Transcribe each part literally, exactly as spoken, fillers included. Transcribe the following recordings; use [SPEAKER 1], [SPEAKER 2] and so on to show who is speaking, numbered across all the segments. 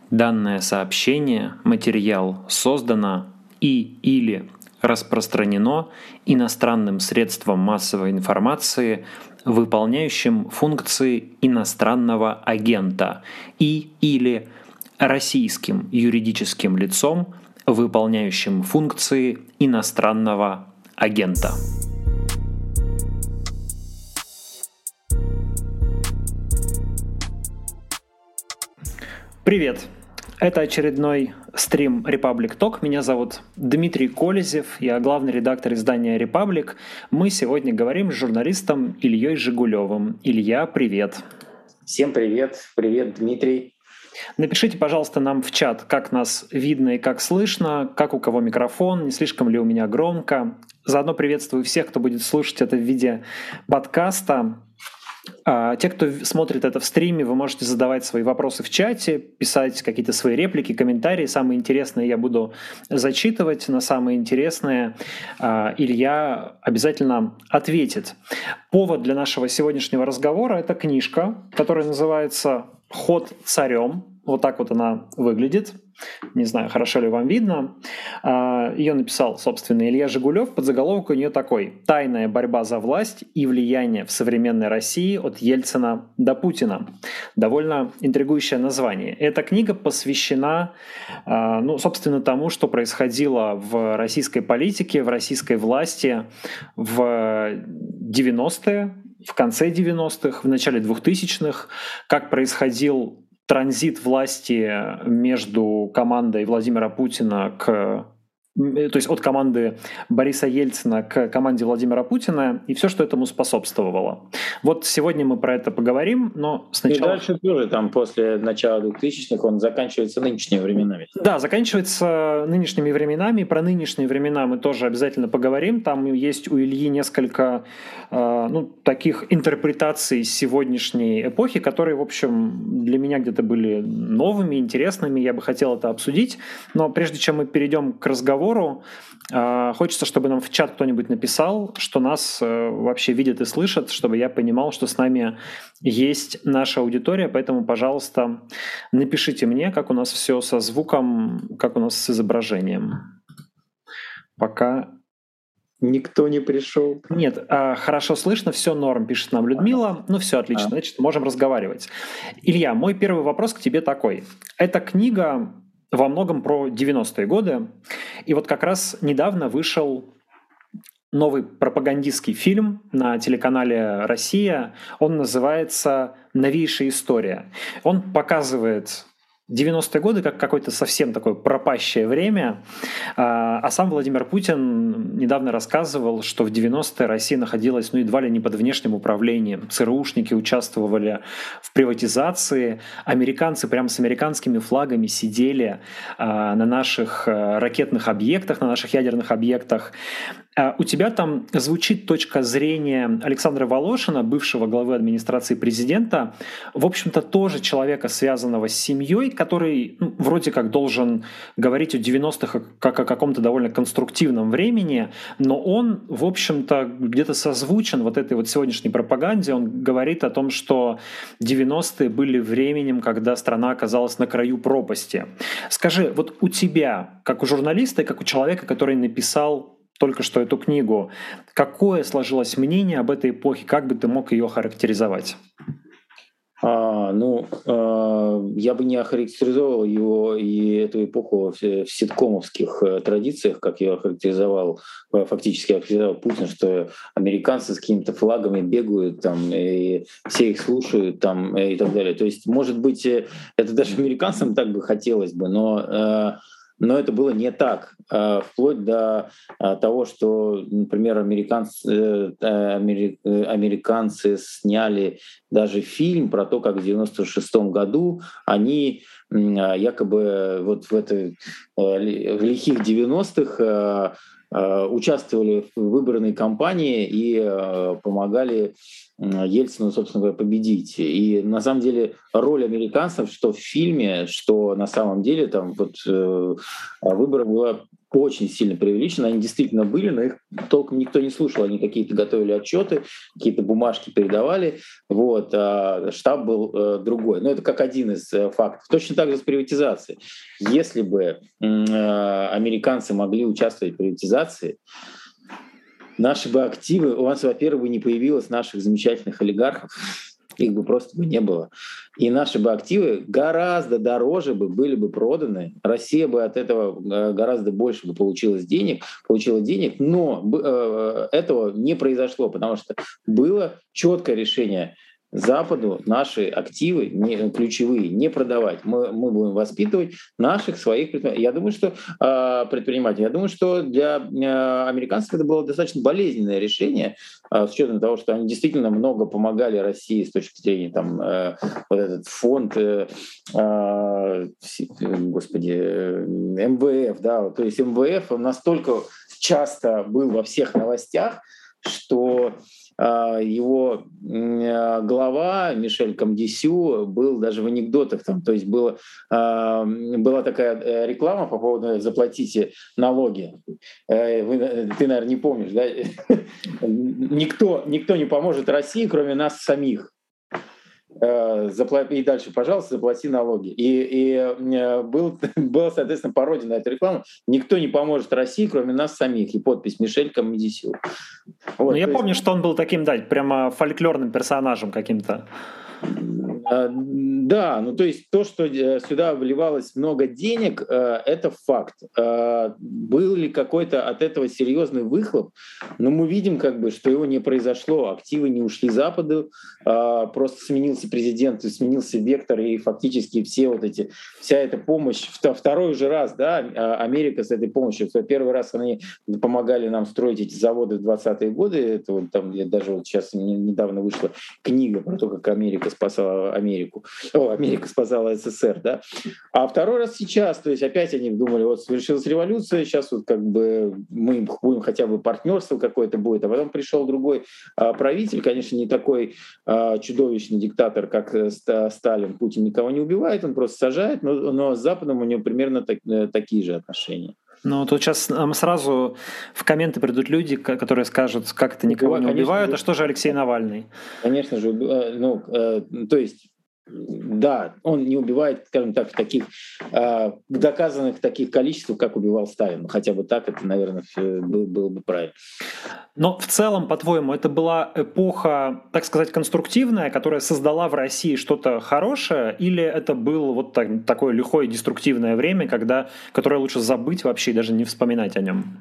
[SPEAKER 1] Данное сообщение, материал создано и/или распространено иностранным средством массовой информации, выполняющим функции иностранного агента, и/или российским юридическим лицом, выполняющим функции иностранного агента. Привет! Это очередной стрим Republic Talk. Меня зовут Дмитрий Колезев, я главный редактор издания Republic. Мы сегодня говорим с журналистом Ильей Жигулевым. Илья, привет!
[SPEAKER 2] Всем привет! Привет, Дмитрий!
[SPEAKER 1] Напишите, пожалуйста, нам в чат, как нас видно и как слышно, как у кого микрофон, не слишком ли у меня громко. Заодно приветствую всех, кто будет слушать это в виде подкаста. Те, кто смотрит это в стриме, вы можете задавать свои вопросы в чате, писать какие-то свои реплики, комментарии. Самые интересные я буду зачитывать, на самые интересные Илья обязательно ответит. Повод для нашего сегодняшнего разговора — это книжка, которая называется «Ход царем». Вот так вот она выглядит. Не знаю, хорошо ли вам видно. Ее написал, собственно, Илья Жигулев. Подзаголовок у нее такой: «Тайная борьба за власть и влияние в современной России от Ельцина до Путина». Довольно интригующее название. Эта книга посвящена, ну, собственно, тому, что происходило в российской политике, в российской власти в девяностые, в конце девяностых, в начале двухтысячных, как происходил транзит власти между командой Владимира Путина к... То есть от команды Бориса Ельцина к команде Владимира Путина и все, что этому способствовало. Вот сегодня мы про это поговорим, но сначала...
[SPEAKER 2] И дальше тоже, там, после начала двухтысячных он заканчивается нынешними временами.
[SPEAKER 1] Да, заканчивается нынешними временами. Про нынешние времена мы тоже обязательно поговорим. Там есть у Ильи несколько э, ну, таких интерпретаций сегодняшней эпохи, которые, в общем, для меня где-то были новыми, интересными. Я бы хотел это обсудить. Но прежде чем мы перейдем к разговору, хочется, чтобы нам в чат кто-нибудь написал, что нас вообще видят и слышат, чтобы я понимал, что с нами есть наша аудитория. Поэтому, пожалуйста, напишите мне, как у нас все со звуком, как у нас с изображением. Пока...
[SPEAKER 2] Никто не пришел.
[SPEAKER 1] Нет, хорошо слышно, все норм, пишет нам Людмила. Ну все отлично, значит, можем разговаривать. Илья, мой первый вопрос к тебе такой. Эта книга во многом про девяностые годы. И вот как раз недавно вышел новый пропагандистский фильм на телеканале «Россия». Он называется «Новейшая история». Он показывает девяностые годы как какое-то совсем такое пропащее время. А сам Владимир Путин недавно рассказывал, что в девяностые Россия находилась ну, едва ли не под внешним управлением. ЦРУшники участвовали в приватизации. Американцы прямо с американскими флагами сидели а, на наших ракетных объектах, на наших ядерных объектах. У тебя там звучит точка зрения Александра Волошина, бывшего главы администрации президента, в общем-то тоже человека, связанного с семьей, который ну, вроде как должен говорить о девяностых как о каком-то довольно конструктивном времени, но он, в общем-то, где-то созвучен вот этой вот сегодняшней пропаганде. Он говорит о том, что девяностые были временем, когда страна оказалась на краю пропасти. Скажи, вот у тебя, как у журналиста и как у человека, который написал только что эту книгу, какое сложилось мнение об этой эпохе? Как бы ты мог ее характеризовать?
[SPEAKER 2] А, ну, а, я бы не охарактеризовал его и эту эпоху в, в ситкомовских традициях, как я охарактеризовал, фактически охарактеризовал Путин, что американцы с какими-то флагами бегают там, и все их слушают там, и так далее. То есть, может быть, это даже американцам так бы хотелось бы, но... Но это было не так, вплоть до того, что, например, американцы, американцы сняли даже фильм про то, как в девяносто шестом году они якобы вот в, этой, в лихих девяностых участвовали в выборной кампании и помогали Ельцину, собственно говоря, победить. И на самом деле роль американцев, что в фильме, что на самом деле там вот выборы была очень сильно преувеличены. Они действительно были, но их толком никто не слушал. Они какие-то готовили отчеты, какие-то бумажки передавали. Вот, а штаб был э, другой. Но это как один из э, фактов. Точно так же с приватизацией. Если бы э, американцы могли участвовать в приватизации, наши бы активы, у нас, во-первых, не появилось наших замечательных олигархов, их бы просто бы не было. И наши бы активы гораздо дороже бы были бы проданы. Россия бы от этого гораздо больше бы получила денег, получила денег, но этого не произошло, потому что было четкое решение Западу наши активы не, ключевые не продавать. Мы, мы будем воспитывать наших своих предпринимателей. Я думаю, что э, предпринимателей. Я думаю, что для э, американцев это было достаточно болезненное решение, э, с учетом того, что они действительно много помогали России с точки зрения там э, вот этот фонд, э, э, господи, эм вэ эф, да, то есть эм вэ эф настолько часто был во всех новостях, что его глава Мишель Камдисю был даже в анекдотах, там, то есть было, была такая реклама по поводу «заплатите налоги». Вы, ты, наверное, не помнишь, да? Никто, никто не поможет России, кроме нас самих. И дальше, пожалуйста, заплати налоги. И, и был, была, соответственно, пародия на эту рекламу. Никто не поможет России, кроме нас самих. И подпись Мишель Камдисю.
[SPEAKER 1] Вот, ну, я помню, есть... что он был таким, да, прямо фольклорным персонажем каким-то.
[SPEAKER 2] Да, ну то есть то, что сюда вливалось много денег, это факт. Был ли какой-то от этого серьезный выхлоп? Но мы видим, как бы, что его не произошло. Активы не ушли Западу, просто сменился президент, сменился вектор, и фактически все вот эти, вся эта помощь, второй уже раз, да, Америка с этой помощью, первый раз они помогали нам строить эти заводы в двадцатые годы, это вот там, я даже вот сейчас недавно вышла книга про то, как Америка спасала Америку. О, Америка спасала СССР, да. А второй раз сейчас, то есть опять они думали, вот совершилась революция, сейчас вот как бы мы будем хотя бы партнерство какое-то будет, а потом пришел другой а, правитель, конечно, не такой а, чудовищный диктатор, как Сталин. Путин никого не убивает, он просто сажает, но, но с Западом у него примерно так, такие же отношения.
[SPEAKER 1] Ну, тут сейчас сразу в комменты придут люди, которые скажут, как это никого Убиваю, не убивают, конечно, а что же Алексей Навальный?
[SPEAKER 2] Конечно же, ну, э, то есть, да, он не убивает, скажем так, в таких э, доказанных таких количествах, как убивал Сталин. Хотя бы так это, наверное, было, было бы правильно.
[SPEAKER 1] Но в целом, по-твоему, это была эпоха, так сказать, конструктивная, которая создала в России что-то хорошее, или это было вот так, такое лихое деструктивное время, когда, которое лучше забыть вообще и даже не вспоминать о нем?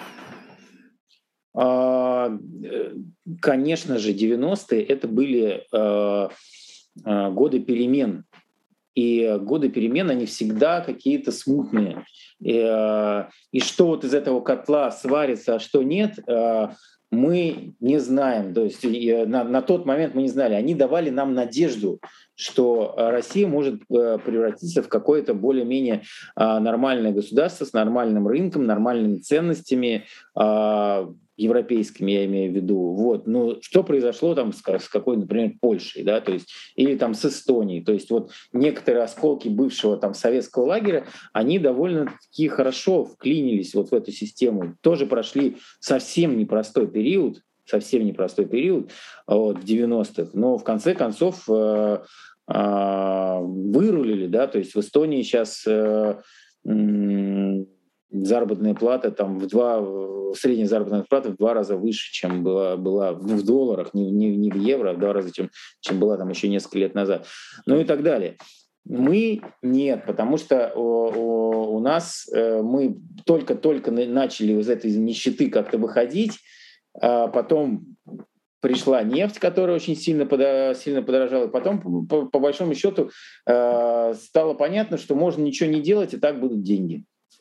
[SPEAKER 2] Конечно же, девяностые это были э, годы перемен. И годы перемен, они всегда какие-то смутные. И, и что вот из этого котла сварится, а что нет, мы не знаем. То есть на, на тот момент мы не знали. Они давали нам надежду, что Россия может превратиться в какое-то более-менее нормальное государство с нормальным рынком, нормальными ценностями, европейскими, я имею в виду. Вот. Ну, что произошло там с, с какой, например, Польшей, да, то есть, или там с Эстонией. То есть вот некоторые осколки бывшего там советского лагеря, они довольно-таки хорошо вклинились вот в эту систему. Тоже прошли совсем непростой период, совсем непростой период вот, в девяностых, но в конце концов э, э, вырулили, да, то есть в Эстонии сейчас э, э, заработная плата там в два, средняя заработная плата в два раза выше, чем была, была в долларах, не, не, не в евро, а в два раза, чем, чем была там еще несколько лет назад. Ну и так далее. Мы нет, потому что у, у, у нас мы только-только начали из этой нищеты как-то выходить, а потом пришла нефть, которая очень сильно, подо, сильно подорожала, и потом, по, по большому счету, стало понятно, что можно ничего не делать, и так будут деньги.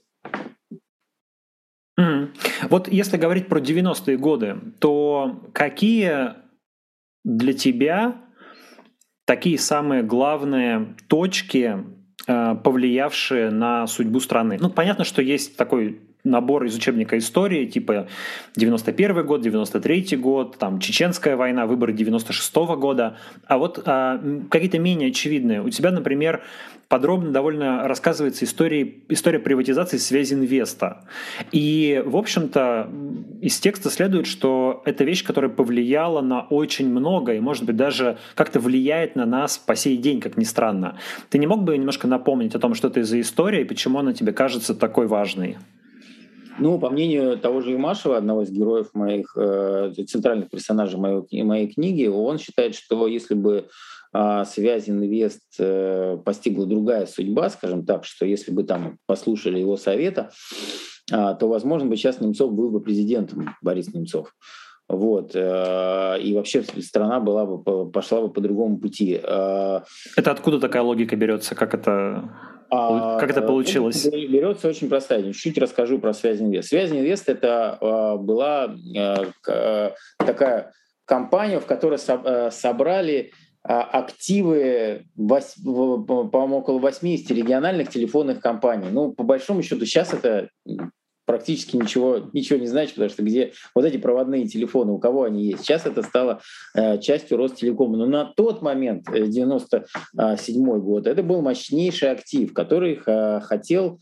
[SPEAKER 1] Mm-hmm. Вот если говорить про девяностые годы, то какие для тебя такие самые главные точки, повлиявшие на судьбу страны? Ну, понятно, что есть такой набор из учебника истории, типа девяносто первый год, девяносто третий год, там, Чеченская война, выборы девяносто шестого года. А вот а, какие-то менее очевидные. У тебя, например, подробно довольно рассказывается история, история приватизации Связинвеста. И, в общем-то, из текста следует, что это вещь, которая повлияла на очень много и, может быть, даже как-то влияет на нас по сей день, как ни странно. Ты не мог бы немножко напомнить о том, что это за история и почему она тебе кажется такой важной?
[SPEAKER 2] Ну, по мнению того же Юмашева, одного из героев моих, э, центральных персонажей моей, моей книги, он считает, что если бы э, Связинвест э, постигла другая судьба, скажем так, что если бы там послушали его совета, э, то, возможно, бы сейчас Немцов был бы президентом, Борис Немцов. Вот. Э, и вообще страна была бы, пошла бы по другому пути. Э,
[SPEAKER 1] это откуда такая логика берется? Как это... Как это получилось?
[SPEAKER 2] Берется очень простая. Чуть-чуть расскажу про Связинвест. Связинвест — это э, была э, такая компания, в которой со, э, собрали э, активы, вось, по-моему, около восьмидесяти региональных телефонных компаний. Ну, по большому счету, сейчас это практически ничего, ничего не значит, потому что где вот эти проводные телефоны, у кого они есть. Сейчас это стало э, частью Ростелекома. Но на тот момент, девяносто седьмой год, это был мощнейший актив, который э, хотел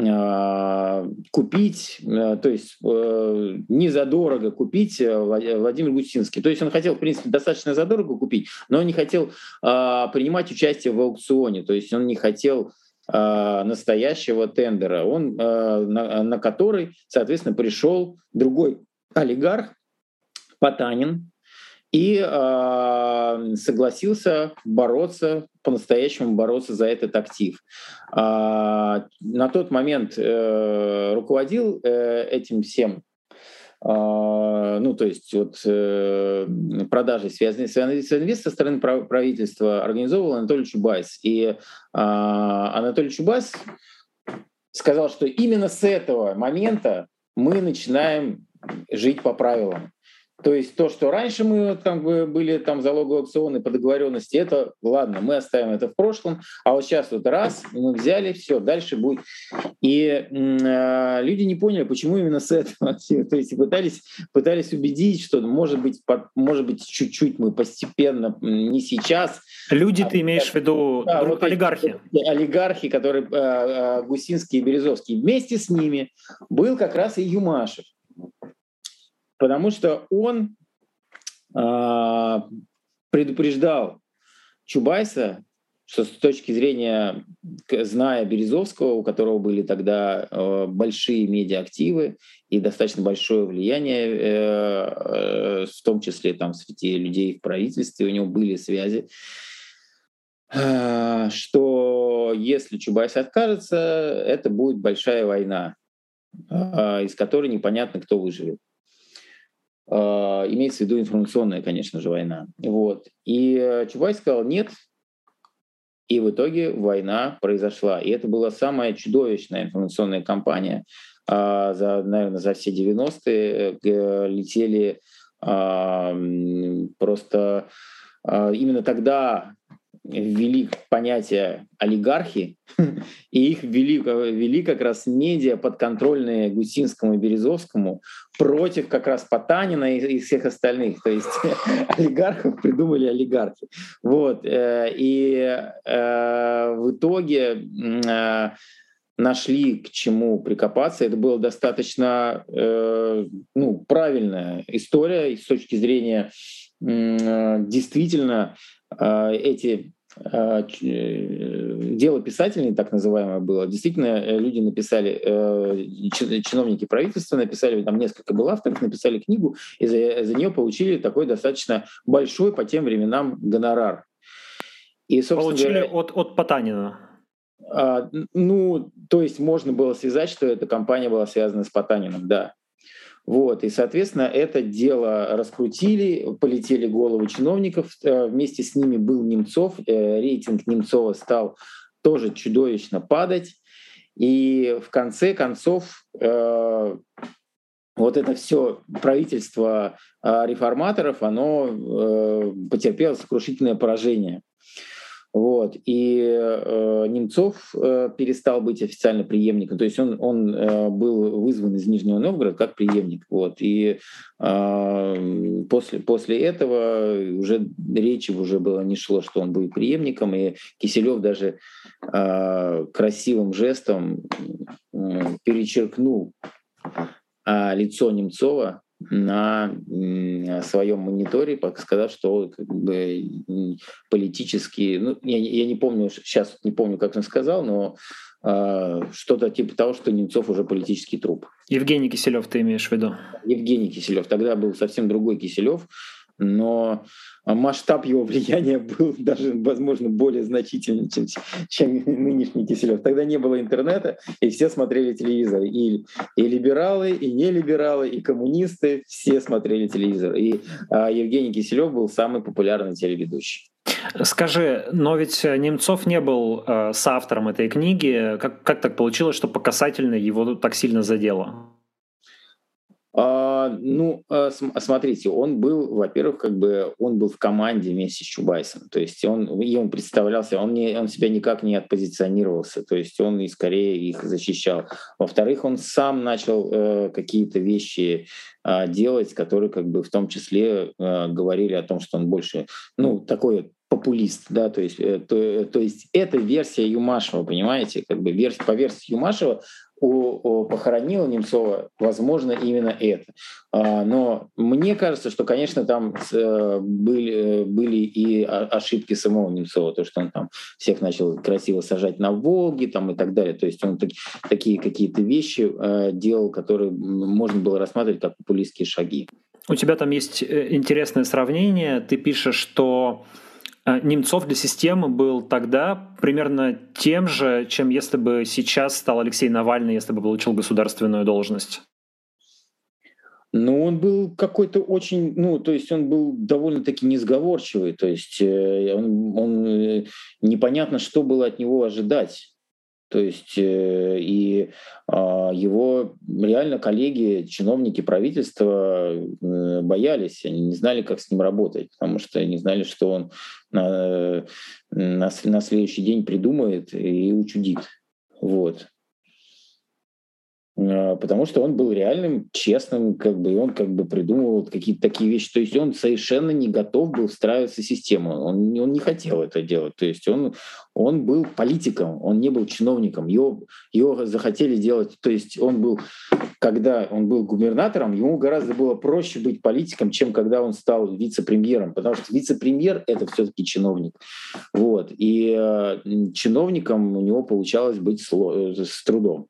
[SPEAKER 2] э, купить, э, то есть э, не задорого купить Владимир Гусинский. То есть он хотел, в принципе, достаточно задорого купить, но он не хотел э, принимать участие в аукционе, то есть он не хотел настоящего тендера, он, на, на который, соответственно, пришел другой олигарх, Потанин, и э, согласился бороться, по-настоящему бороться за этот актив. Э, на тот момент э, руководил э, этим всем, ну, то есть вот э, продажи, связанные с инвестицией со стороны правительства, организовывал Анатолий Чубайс. И э, Анатолий Чубайс сказал, что именно с этого момента мы начинаем жить по правилам. То есть то, что раньше мы там были там залоговые аукционы по договоренности, это ладно, мы оставим это в прошлом, а вот сейчас вот раз мы взяли, все, дальше будет. И э, люди не поняли, почему именно с этого. То есть пытались, пытались убедить, что может быть, под, может быть, чуть-чуть мы постепенно, не сейчас.
[SPEAKER 1] Люди,
[SPEAKER 2] а,
[SPEAKER 1] ты имеешь в виду
[SPEAKER 2] да,
[SPEAKER 1] друг,
[SPEAKER 2] вот
[SPEAKER 1] олигархи?
[SPEAKER 2] Эти, олигархи, которые э, э, Гусинский и Березовский. Вместе с ними был как раз и Юмашев. Потому что он э, предупреждал Чубайса, что с точки зрения, зная Березовского, у которого были тогда э, большие медиа-активы и достаточно большое влияние, э, э, в том числе там, среди людей в правительстве, у него были связи, э, что если Чубайс откажется, это будет большая война, э, из которой непонятно, кто выживет. Uh, имеется в виду информационная, конечно же, война. Вот. И Чубайс сказал нет, и в итоге война произошла. И это была самая чудовищная информационная кампания. Uh, за, наверное, за все девяностые uh, летели uh, просто uh, именно тогда ввели понятие олигархи, и их ввели, ввели как раз медиа, подконтрольные Гусинскому и Березовскому, против как раз Потанина и, и всех остальных. То есть олигархов придумали олигархи. Вот. И э, в итоге э, нашли к чему прикопаться. Это была достаточно э, ну, правильная история с точки зрения э, действительно э, эти дело писательное, так называемое было. Действительно, люди написали, чиновники правительства написали, там несколько было авторов, написали книгу, и за, за нее получили такой достаточно большой по тем временам гонорар.
[SPEAKER 1] И, получили говоря, от, от Потанина?
[SPEAKER 2] А, ну, то есть можно было связать, что эта компания была связана с Потаниным, да. Вот, и, соответственно, это дело раскрутили, полетели головы чиновников, вместе с ними был Немцов, рейтинг Немцова стал тоже чудовищно падать, и в конце концов э, вот это все правительство реформаторов, оно э, потерпело сокрушительное поражение. Вот. И э, Немцов э, перестал быть официально преемником. То есть он, он э, был вызван из Нижнего Новгорода как преемник. Вот. И э, после, после этого уже речи уже было не шло, что он будет преемником. И Киселев даже э, красивым жестом э, перечеркнул э, лицо Немцова на своем мониторе, сказав, что как бы, политически, ну, я, я не помню, сейчас не помню, как он сказал, но э, что-то типа того, что Немцов уже политический труп.
[SPEAKER 1] Евгений Киселев ты имеешь в виду?
[SPEAKER 2] Евгений Киселев. Тогда был совсем другой Киселев, но масштаб его влияния был даже, возможно, более значительным, чем, чем нынешний Киселев. Тогда не было интернета, и все смотрели телевизор. И, и либералы, и нелибералы, и коммунисты, все смотрели телевизор. И а, Евгений Киселев был самый популярный телеведущий.
[SPEAKER 1] Скажи, но ведь Немцов не был э, соавтором этой книги. Как, как так получилось, что по касательной его так сильно задело?
[SPEAKER 2] А, ну, а, смотрите, он был, во-первых, как бы он был в команде вместе с Чубайсом, то есть он, и он представлялся, он, не, он себя никак не отпозиционировался, то есть он и скорее их защищал. Во-вторых, он сам начал э, какие-то вещи э, делать, которые как бы в том числе э, говорили о том, что он больше, ну, такой популист, да, то есть, э, то, то есть это версия Юмашева, понимаете, как бы версия, по версии Юмашева у, у похоронила Немцова, возможно, именно это. А, но мне кажется, что, конечно, там э, были, были и ошибки самого Немцова, то, что он там всех начал красиво сажать на Волге там, и так далее. То есть он так, такие какие-то вещи э, делал, которые можно было рассматривать как популистские шаги.
[SPEAKER 1] У тебя там есть интересное сравнение. Ты пишешь, что Немцов для системы был тогда примерно тем же, чем если бы сейчас стал Алексей Навальный, если бы получил государственную должность.
[SPEAKER 2] Ну, он был какой-то очень, ну, то есть он был довольно-таки несговорчивый, то есть он, он непонятно, что было от него ожидать. То есть э, и э, его реально коллеги, чиновники правительства э, боялись, они не знали, как с ним работать, потому что не знали, что он на, на, на следующий день придумает и учудит. Вот. Потому что он был реальным, честным, как бы, и он как бы придумывал какие-то такие вещи. То есть он совершенно не готов был встраиваться в систему. Он, он не хотел это делать. То есть он, он был политиком, он не был чиновником. Его, его захотели делать. То есть он был, когда он был губернатором, ему гораздо было проще быть политиком, чем когда он стал вице-премьером. Потому что вице-премьер — это все-таки чиновник. Вот. И э, чиновником у него получалось быть с, с трудом.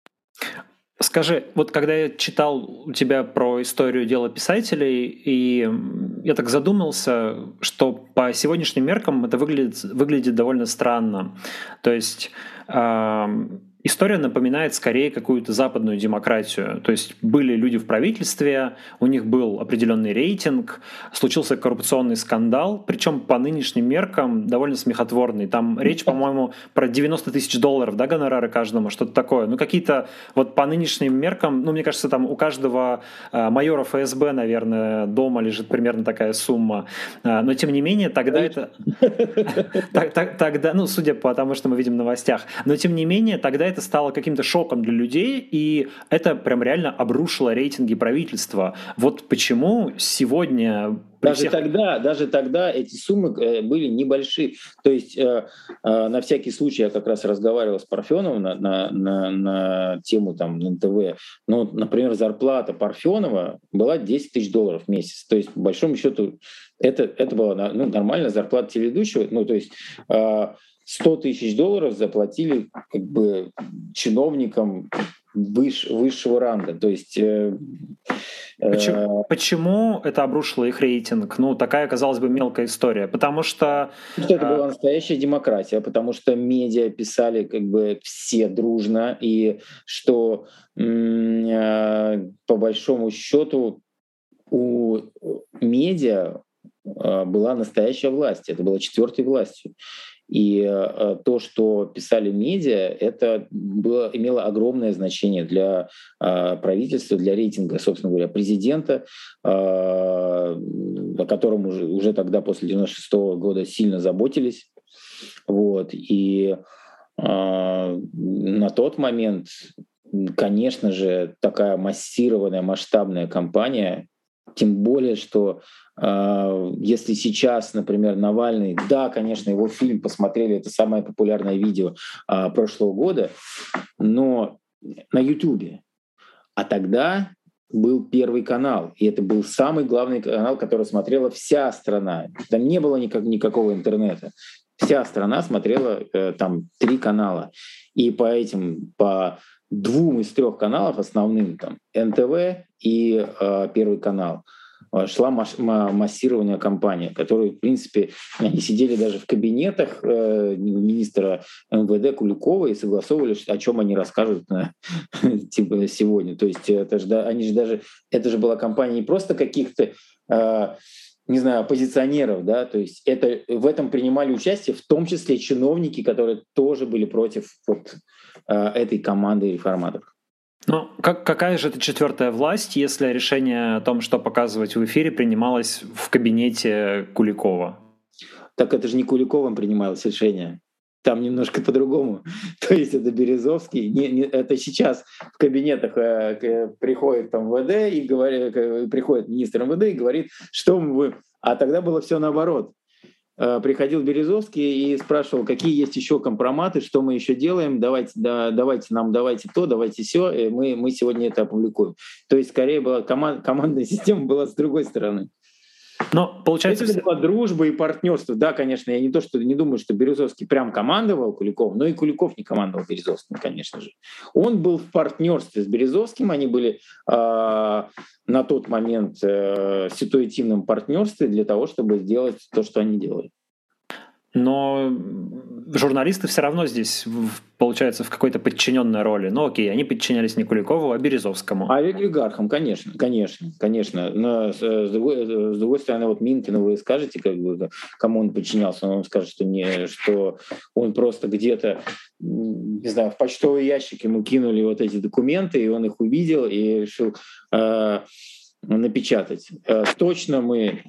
[SPEAKER 1] Скажи, вот когда я читал у тебя про историю дела писателей, и я так задумался, что по сегодняшним меркам это выглядит, выглядит довольно странно. То есть э, история напоминает скорее какую-то западную демократию. То есть были люди в правительстве, у них был определенный рейтинг, случился коррупционный скандал, причем по нынешним меркам довольно смехотворный. Там речь, по-моему, про девяносто тысяч долларов, да, гонорары каждому, что-то такое. Ну, какие-то вот по нынешним меркам, ну, мне кажется, там у каждого э, майора эф эс бэ, наверное, дома лежит примерно такая сумма. Э, но, тем не менее, тогда это... Тогда, ну, судя по тому, что мы видим в новостях, но, тем не менее, тогда это стало каким-то шоком для людей, и это прям реально обрушило рейтинги правительства. Вот почему сегодня...
[SPEAKER 2] Даже
[SPEAKER 1] всех...
[SPEAKER 2] тогда, даже тогда эти суммы были небольшие. То есть э, э, на всякий случай я как раз разговаривал с Парфеновым на, на, на, на тему там эн тэ вэ. Ну, например, зарплата Парфенова была десять тысяч долларов в месяц. То есть, по большому счету, это, это была ну, нормальная зарплата телеведущего. Ну, то есть э, сто тысяч долларов заплатили как бы чиновникам выш, высшего ранга. То есть... Э,
[SPEAKER 1] Почему, почему это обрушило их рейтинг? Ну, такая, казалось бы, мелкая история. Потому что...
[SPEAKER 2] Потому что это была настоящая демократия, потому что медиа писали как бы все дружно, и что м- по большому счету у медиа была настоящая власть. Это была четвертой властью. И э, то, что писали медиа, это было, имело огромное значение для э, правительства, для рейтинга, собственно говоря, президента, э, о котором уже, уже тогда, после девяносто шестого года, сильно заботились. Вот. И э, на тот момент, конечно же, такая массированная, масштабная кампания, тем более, что э, если сейчас, например, Навальный, да, конечно, его фильм посмотрели, это самое популярное видео э, прошлого года, но на Ютубе. А тогда был Первый канал, и это был самый главный канал, который смотрела вся страна. Там не было никак, никакого интернета. Вся страна смотрела э, там три канала. И по этим, по двум из трех каналов основным, там эн тэ вэ и э, Первый канал, шла массированная кампания, которую, в принципе, они сидели даже в кабинетах э, министра эм вэ дэ Куликова и согласовывали, о чем они расскажут на, типа, сегодня. То есть это же, они же даже, это же была кампания не просто каких-то э, не знаю, оппозиционеров, да, то есть это, в этом принимали участие в том числе чиновники, которые тоже были против вот, э, этой команды реформаторов.
[SPEAKER 1] Ну, как, какая же это четвертая власть, если решение о том, что показывать в эфире, принималось в кабинете Куликова?
[SPEAKER 2] Так это же не Куликовым принималось решение. Там немножко по-другому. То есть это Березовский. Не, не, это сейчас в кабинетах э, приходит там вэ дэ и говорит, э, приходит министр эм вэ дэ и говорит, что мы... А тогда было все наоборот. Приходил Березовский и спрашивал, какие есть еще компроматы, что мы еще делаем, давайте, да, давайте нам, давайте то, давайте все, и мы, мы сегодня это опубликуем. То есть скорее была команд, командная система была с другой стороны.
[SPEAKER 1] Но получается,
[SPEAKER 2] это была дружба и партнерство. Да, конечно, я не то, что не думаю, что Березовский прям командовал Куликовым, но и Куликов не командовал Березовским, конечно же. Он был в партнерстве с Березовским, они были э, на тот момент э, в ситуативном партнерстве для того, чтобы сделать то, что они делали.
[SPEAKER 1] Но журналисты все равно здесь, получается, в какой-то подчиненной роли. Ну окей, они подчинялись не Куликову, а Березовскому.
[SPEAKER 2] А олигархам, конечно, конечно, конечно. Но с, с, другой, с другой стороны, вот Минкину вы скажете, как бы, кому он подчинялся, он вам скажет, что, не, что он просто где-то, не знаю, в почтовый ящик ему кинули вот эти документы, и он их увидел и решил э, напечатать. Э, точно мы...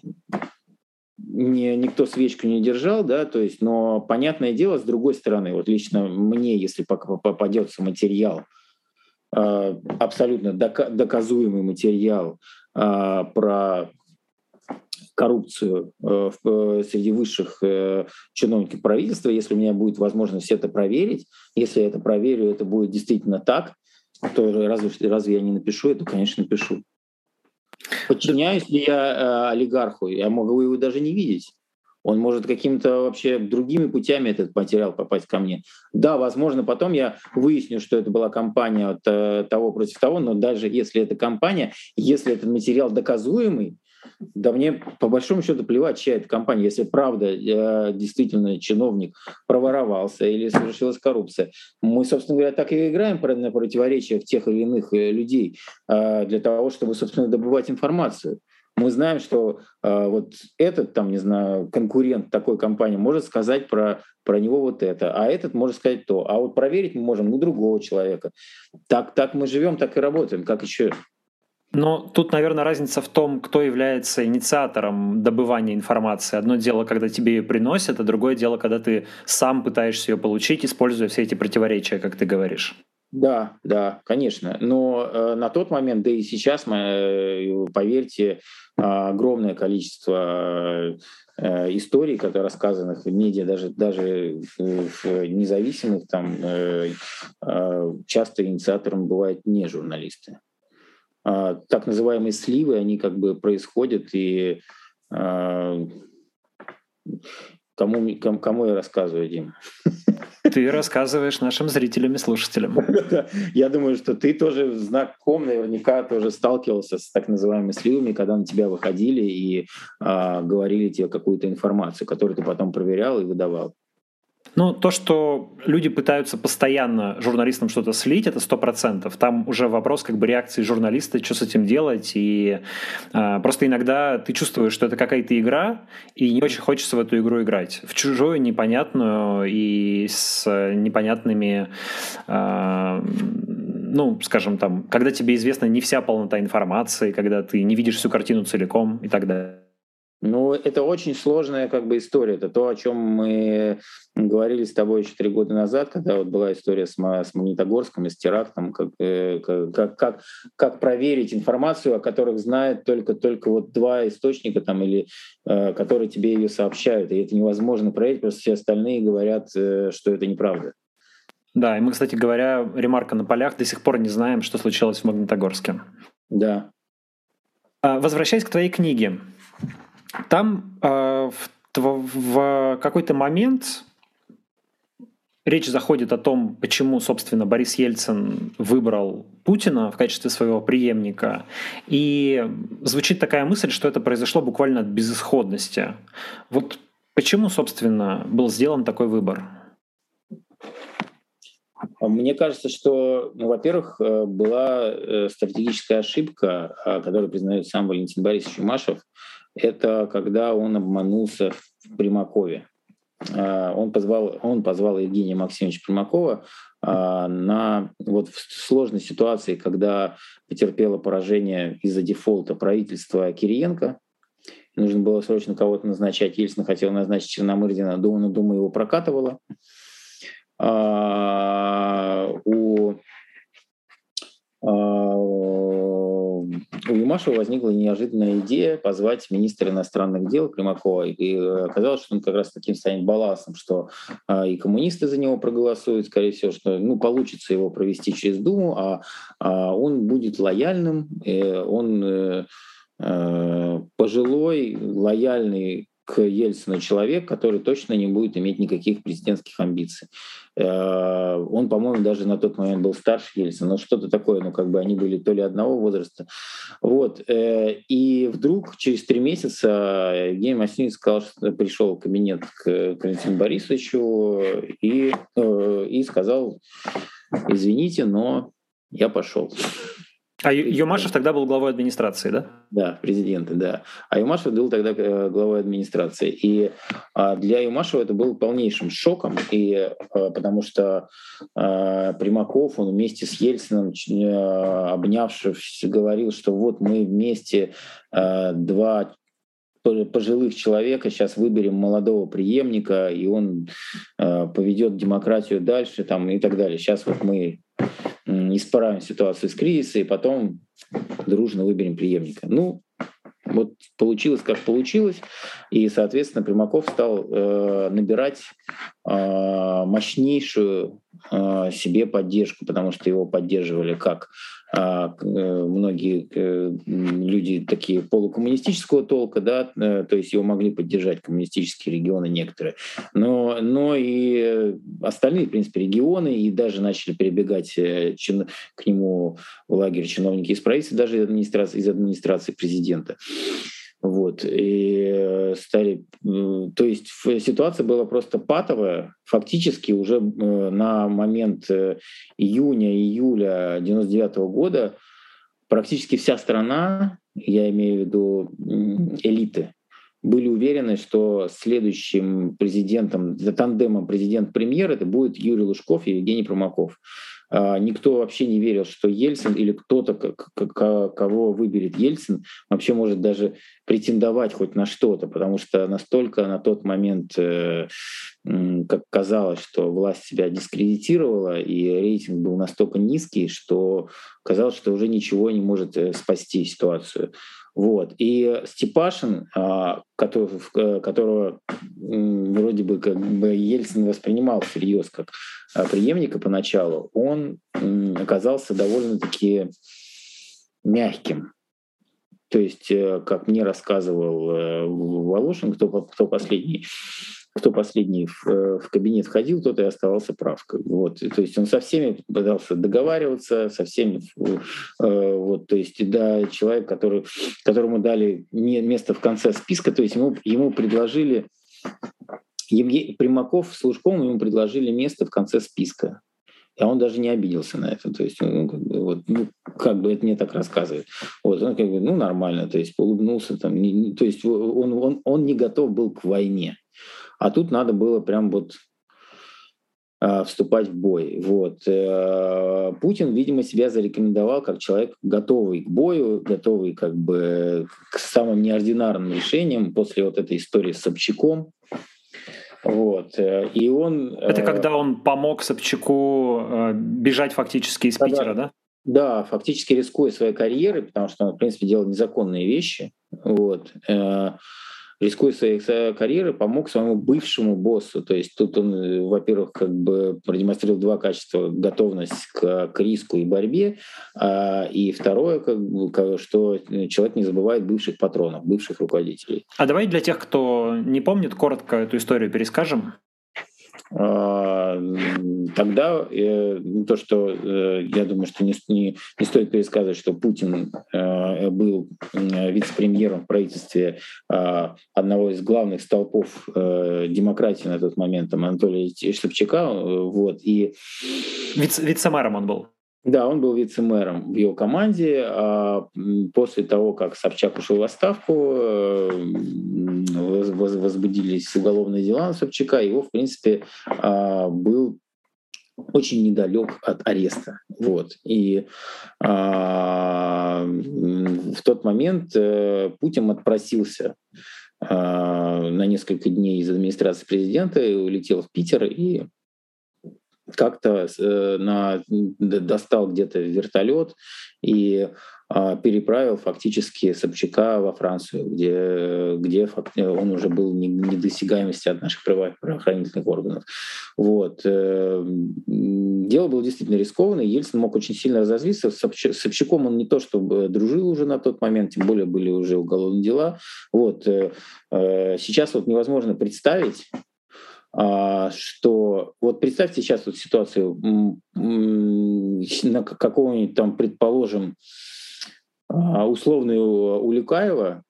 [SPEAKER 2] Не, никто свечку не держал, да, то есть, но понятное дело, с другой стороны, вот лично мне, если попадется материал, э, абсолютно дока- доказуемый материал э, про коррупцию э, в, среди высших э, чиновников правительства, если у меня будет возможность это проверить, если я это проверю, это будет действительно так, то разве, разве я не напишу это? Конечно, напишу. Подчиняюсь ли я э, олигарху? Я могу его даже не видеть. Он может какими-то вообще другими путями этот материал попасть ко мне. Да, возможно, потом я выясню, что это была кампания от э, того против того, но даже если это кампания, если этот материал доказуемый, да мне по большому счету плевать, чья это компания. Если правда э, действительно чиновник проворовался или совершилась коррупция, мы, собственно говоря, так и играем на противоречиях тех или иных э, людей э, для того, чтобы, собственно, добывать информацию. Мы знаем, что э, вот этот, там, не знаю, конкурент такой компании может сказать про, про него вот это, а этот может сказать то. А вот проверить мы можем у другого человека. Так, так мы живем, так и работаем. Как еще?
[SPEAKER 1] Но тут, наверное, разница в том, кто является инициатором добывания информации. Одно дело, когда тебе ее приносят, а другое дело, когда ты сам пытаешься ее получить, используя все эти противоречия, как ты говоришь.
[SPEAKER 2] Да, да, конечно. Но э, на тот момент, да и сейчас, э, поверьте, огромное количество э, историй, которые рассказанных в медиа, даже, даже в независимых, там, э, э, часто инициатором бывают не журналисты. Э, так называемые сливы, они как бы происходят, и э, кому, кому, кому я рассказываю, Дим?
[SPEAKER 1] Ты рассказываешь нашим зрителям и слушателям.
[SPEAKER 2] Я думаю, что ты тоже знаком, наверняка тоже сталкивался с так называемыми сливами, когда на тебя выходили и а, говорили тебе какую-то информацию, которую ты потом проверял и выдавал.
[SPEAKER 1] Ну, то, что люди пытаются постоянно журналистам что-то слить, это сто процентов. Там уже вопрос как бы реакции журналиста, что с этим делать. И э, просто иногда ты чувствуешь, что это какая-то игра, и не очень хочется в эту игру играть. В чужую, непонятную и с непонятными... Э, ну, скажем, там, когда тебе известна не вся полнота информации, когда ты не видишь всю картину целиком и так далее.
[SPEAKER 2] Ну, это очень сложная как бы история. Это то, о чем мы говорили с тобой еще три года назад, когда вот была история с, Ма- с Магнитогорском и с терактом, как, э, как, как, как, как проверить информацию, о которых знает только, только вот два источника, там, или, э, которые тебе ее сообщают. И это невозможно проверить, просто все остальные говорят, э, что это неправда.
[SPEAKER 1] Да, и мы, кстати говоря, ремарка на полях, до сих пор не знаем, что случилось в Магнитогорске.
[SPEAKER 2] Да.
[SPEAKER 1] А, Возвращаясь к твоей книге, там э, в, тво- в какой-то момент речь заходит о том, почему, собственно, Борис Ельцин выбрал Путина в качестве своего преемника. И звучит такая мысль, что это произошло буквально от безысходности. Вот почему, собственно, был сделан такой выбор?
[SPEAKER 2] Мне кажется, что, ну, во-первых, э, была э, стратегическая ошибка, а, которую признает сам Валентин Борисович Юмашев. Это когда он обманулся в Примакове. А, Он позвал, он позвал Евгения Максимовича Примакова а, на вот в сложной ситуации, когда потерпело поражение из-за дефолта правительства Кириенко. Нужно было срочно кого-то назначать. Ельцин хотел назначить Черномырдина, Дума, Дума его прокатывала. А, у А, у Юмашева возникла неожиданная идея позвать министра иностранных дел Примакова. И оказалось, что он как раз таким станет балластом, что а, и коммунисты за него проголосуют, скорее всего, что ну, получится его провести через Думу, а, а он будет лояльным, он э, э, пожилой, лояльный к Ельцину человек, который точно не будет иметь никаких президентских амбиций. Э, Он, по-моему, даже на тот момент был старше Ельцина, но что-то такое, ну как бы они были то ли одного возраста. Вот. э, И вдруг через три месяца Евгений Максимович сказал, что пришел в кабинет к к Валентину Борисовичу и, э, и сказал, извините, но я пошел.
[SPEAKER 1] А Ю- Юмашев тогда был главой администрации, да?
[SPEAKER 2] Да, президента, да. А Юмашев был тогда э, главой администрации. И а, для Юмашева это был полнейшим шоком, и, а, потому что а, Примаков, он вместе с Ельциным, ч- а, обнявшись, говорил, что вот мы вместе а, два по- пожилых человека, сейчас выберем молодого преемника, и он э, поведет демократию дальше там, и так далее. Сейчас вот мы м, исправим ситуацию с кризиса, и потом дружно выберем преемника. Ну, вот получилось, как получилось, и, соответственно, Примаков стал э, набирать э, мощнейшую э, себе поддержку, потому что его поддерживали как э, э, многие э, люди такие полукоммунистического толка, да, э, то есть его могли поддержать коммунистические регионы некоторые, но, но и остальные, в принципе, регионы, и даже начали перебегать э, чин, к нему в лагерь чиновники из правительства, даже из администрации, из администрации президента. Вот. И стали, то есть ситуация была просто патовая. Фактически уже на момент июня-июля девяносто девятого года практически вся страна, я имею в виду элиты, были уверены, что следующим президентом, тандемом президент-премьер это будет Юрий Лужков и Евгений Примаков. Никто вообще не верил, что Ельцин или кто-то, кого выберет Ельцин, вообще может даже претендовать хоть на что-то, потому что настолько на тот момент, как казалось, что власть себя дискредитировала, и рейтинг был настолько низкий, что казалось, что уже ничего не может спасти ситуацию. Вот. И Степашин, которого, которого вроде бы как бы Ельцин воспринимал всерьез как преемника поначалу, он оказался довольно-таки мягким. То есть, как мне рассказывал Волошин, кто, кто последний, кто последний в, в кабинет входил, тот и оставался прав. Вот. То есть он со всеми пытался договариваться, со всеми. Вот. То есть, да, человек, который, которому дали место в конце списка, то есть ему, ему предложили, Евгений Примаков с Лужковым ему предложили место в конце списка. А он даже не обиделся на это. То есть, ну, как бы, вот, ну, как бы это мне так рассказывает. Вот, он как бы, ну, нормально, то есть, улыбнулся. Там, не, не, то есть, он, он, он не готов был к войне. А тут надо было прям вот вступать в бой. Вот. Путин, видимо, себя зарекомендовал как человек, готовый к бою, готовый как бы к самым неординарным решениям после вот этой истории с Собчаком. Вот. И он...
[SPEAKER 1] Это когда он помог Собчаку бежать фактически из Питера, да?
[SPEAKER 2] Да, фактически рискуя своей карьерой, потому что он, в принципе, делал незаконные вещи. Вот. Рискуя своей карьерой, помог своему бывшему боссу. То есть тут он, во-первых, как бы продемонстрировал два качества: готовность к, к риску и борьбе, а, и второе, как бы, что человек не забывает бывших патронов, бывших руководителей.
[SPEAKER 1] А давай для тех, кто не помнит, коротко эту историю перескажем.
[SPEAKER 2] Тогда э, то, что э, я думаю, что не, не, не стоит пересказывать, что Путин э, был вице-премьером в правительстве э, одного из главных столпов э, демократии на тот момент, там, Анатолия Собчака. Вот, и...
[SPEAKER 1] Вице- вице-мэром он был.
[SPEAKER 2] Да, он был вице-мэром в его команде. А после того, как Собчак ушел в отставку, возбудились уголовные дела на Собчака, его, в принципе, был очень недалек от ареста. Вот. И а, в тот момент Путин отпросился а, на несколько дней из администрации президента, и улетел в Питер и как-то э, на, достал где-то вертолет и э, переправил фактически Собчака во Францию, где, где он уже был не, недосягаемости от наших правоохранительных органов. Вот. Э, дело было действительно рискованное. Ельцин мог очень сильно разозлиться. С Собчаком он не то чтобы дружил уже на тот момент, тем более были уже уголовные дела. Вот. Э, э, сейчас вот невозможно представить, что вот представьте сейчас вот ситуацию на какого-нибудь там, предположим, условного Улюкаева,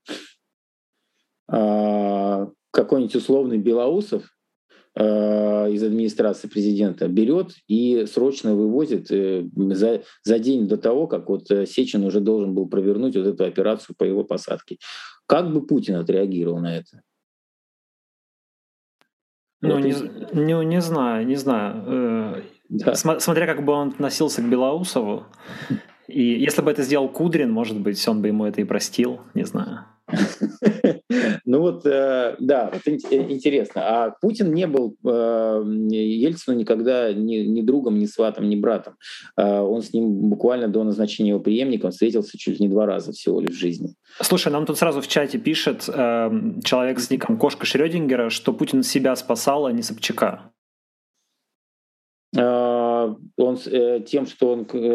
[SPEAKER 2] какой-нибудь условный Белоусов из администрации президента берет и срочно вывозит за, за день до того, как вот Сечин уже должен был провернуть вот эту операцию по его посадке. Как бы Путин отреагировал на это?
[SPEAKER 1] Ну, вот не, не, не знаю, не знаю. Да. Смотря как бы он относился к Белоусову. И если бы это сделал Кудрин, может быть, он бы ему это и простил, не знаю.
[SPEAKER 2] Ну вот, да, это интересно. А Путин не был Ельцину никогда ни другом, ни сватом, ни братом. Он с ним буквально до назначения его преемником встретился чуть ли не два раза всего лишь в жизни.
[SPEAKER 1] Слушай, нам тут сразу в чате пишет человек с ником Кошка Шрёдингера, что Путин себя спасал, а не Собчака.
[SPEAKER 2] Он тем, что он ты,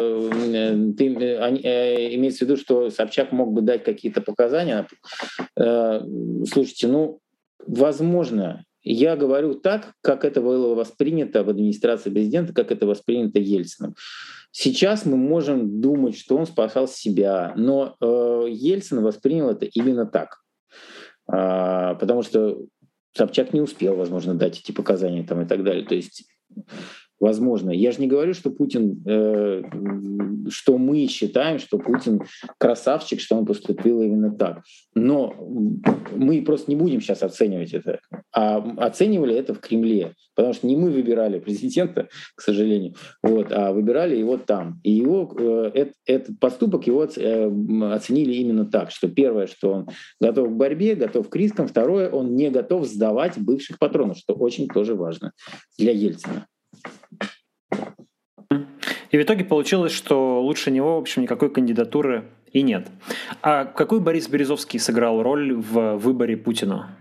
[SPEAKER 2] имеется в виду, что Собчак мог бы дать какие-то показания. Слушайте, ну, возможно, я говорю так, как это было воспринято в администрации президента, как это воспринято Ельцином. Сейчас мы можем думать, что он спасал себя, но Ельцин воспринял это именно так, потому что Собчак не успел, возможно, дать эти показания там и так далее. То есть возможно. Я же не говорю, что Путин, э, что мы считаем, что Путин красавчик, что он поступил именно так. Но мы просто не будем сейчас оценивать это. А оценивали это в Кремле. Потому что не мы выбирали президента, к сожалению, вот, а выбирали его там. И его, э, этот поступок его оценили именно так, что первое, что он готов к борьбе, готов к рискам. Второе, он не готов сдавать бывших патронов, что очень тоже важно для Ельцина.
[SPEAKER 1] И в итоге получилось, что лучше него, в общем, никакой кандидатуры и нет. А какую Борис Березовский сыграл роль в выборе Путина?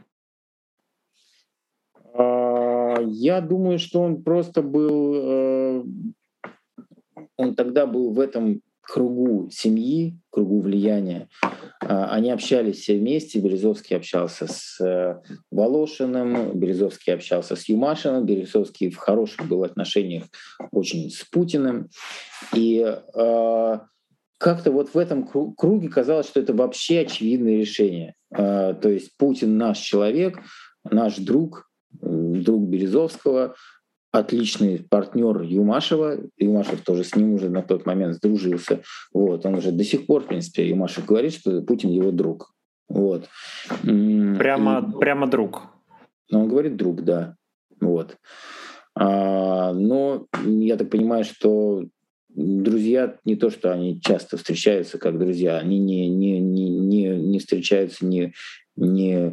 [SPEAKER 2] Я думаю, что он просто был... Он тогда был в этом кругу семьи, кругу влияния. Они общались все вместе. Березовский общался с Волошиным, Березовский общался с Юмашиным, Березовский в хороших был отношениях очень с Путиным. И э, как-то вот в этом круге казалось, что это вообще очевидное решение. Э, то есть Путин наш человек, наш друг, друг Березовского, отличный партнер Юмашева. Юмашев тоже с ним уже на тот момент сдружился. Вот. Он уже до сих пор, в принципе, Юмашев говорит, что Путин его друг. Вот.
[SPEAKER 1] Прямо, И... прямо друг.
[SPEAKER 2] Но он говорит друг, да. Вот. Но я так понимаю, что друзья не то, что они часто встречаются как друзья, они не, не, не, не, не встречаются не, не,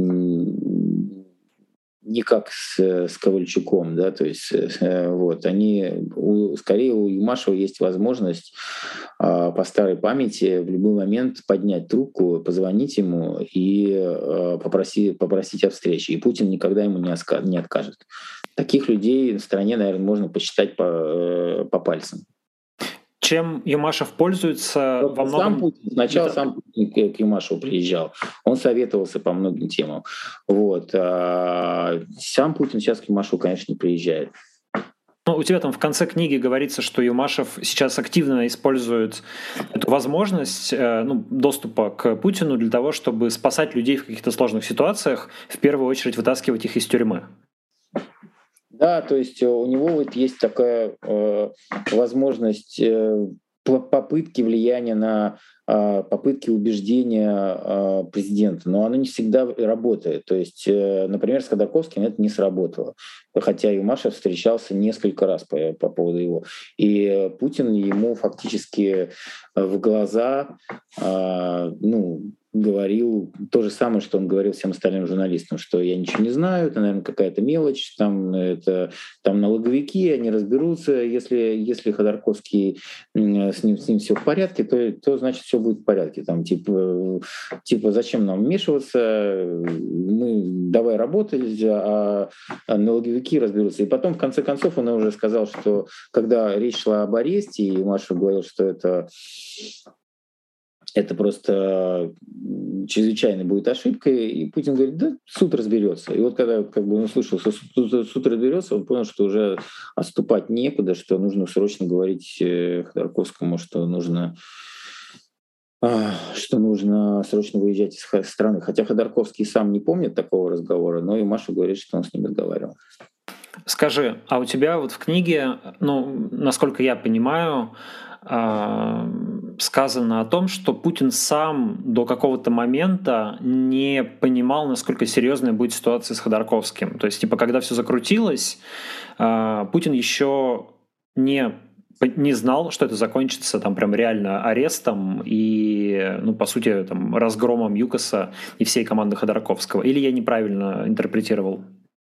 [SPEAKER 2] не как с, с Ковальчуком, да, то есть вот, они, у, скорее у Юмашева есть возможность а, по старой памяти в любой момент поднять трубку, позвонить ему и а, попросить, попросить о встрече, и Путин никогда ему не, оска, не откажет. Таких людей в стране, наверное, можно посчитать по, по пальцам.
[SPEAKER 1] Чем Юмашев пользуется
[SPEAKER 2] вот
[SPEAKER 1] во многом...
[SPEAKER 2] Сам Путин, сначала это... сам Путин к Юмашеву приезжал, он советовался по многим темам. Вот. А сам Путин сейчас к Юмашеву, конечно, не приезжает.
[SPEAKER 1] Ну, у тебя там в конце книги говорится, что Юмашев сейчас активно использует эту возможность ну, доступа к Путину для того, чтобы спасать людей в каких-то сложных ситуациях, в первую очередь вытаскивать их из тюрьмы.
[SPEAKER 2] Да, то есть у него вот есть такая э, возможность э, попытки влияния на э, попытки убеждения э, президента, но оно не всегда работает. То есть, э, например, с Ходорковским это не сработало, хотя Юмашев встречался несколько раз по, по поводу его. И Путин ему фактически в глаза, э, ну, говорил то же самое, что он говорил всем остальным журналистам, что я ничего не знаю, это, наверное, какая-то мелочь, там, это, там налоговики, они разберутся, если, если Ходорковский с ним, с ним все в порядке, то, то значит все будет в порядке. Там, типа, типа, зачем нам вмешиваться, мы давай работать, а, а налоговики разберутся. И потом, в конце концов, он уже сказал, что когда речь шла об аресте, и Маша говорил, что это это просто чрезвычайно будет ошибкой, и Путин говорит, да, суд разберется. И вот когда как бы он услышал, что суд, суд разберется, он понял, что уже отступать некуда, что нужно срочно говорить Ходорковскому, что нужно, что нужно срочно выезжать из страны. Хотя Ходорковский сам не помнит такого разговора, но и Маша говорит, что он с ним разговаривал.
[SPEAKER 1] Скажи, а у тебя вот в книге, ну, насколько я понимаю, сказано о том, что Путин сам до какого-то момента не понимал, насколько серьезная будет ситуация с Ходорковским. То есть, типа, когда все закрутилось, Путин еще не не знал, что это закончится там прям реально арестом и, ну, по сути, там, разгромом ЮКОСа и всей команды Ходорковского. Или я неправильно интерпретировал?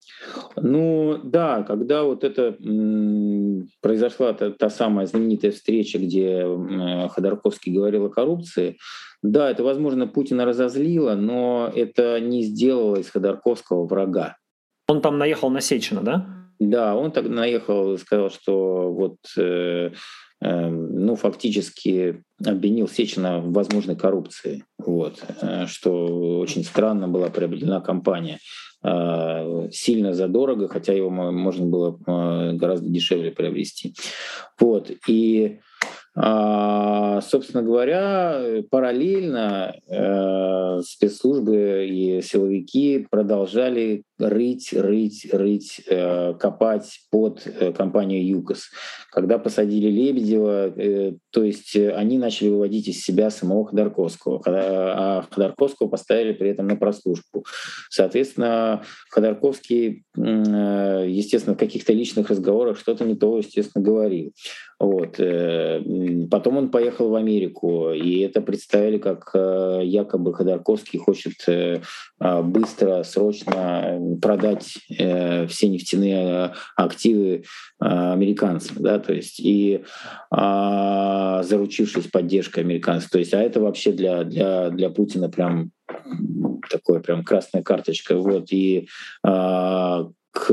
[SPEAKER 2] Ну да, когда вот это м, произошла та, та самая знаменитая встреча, где м, Ходорковский говорил о коррупции, да, это, возможно, Путина разозлило, но это не сделало из Ходорковского врага.
[SPEAKER 1] Он там наехал на Сечина, да?
[SPEAKER 2] Да, он так наехал и сказал, что вот, э, э, ну, фактически обвинил Сечина в возможной коррупции, вот, э, что очень странно была приобретена компания. Сильно задорого, хотя его можно было гораздо дешевле приобрести. Вот. И, собственно говоря, параллельно спецслужбы и силовики продолжали рыть, рыть, рыть, копать под компанию ЮКОС. Когда посадили Лебедева, то есть они начали выводить из себя самого Ходорковского, а Ходорковского поставили при этом на прослушку. Соответственно, Ходорковский, естественно, в каких-то личных разговорах что-то не то, естественно, говорил. Вот. Потом он поехал в Америку, и это представили как якобы Ходорковский хочет быстро, срочно продать все нефтяные активы американцам, да, то есть и заручившись поддержкой американцев. То есть, а это вообще для, для, для Путина прям такое прям красная карточка. Вот. И а, к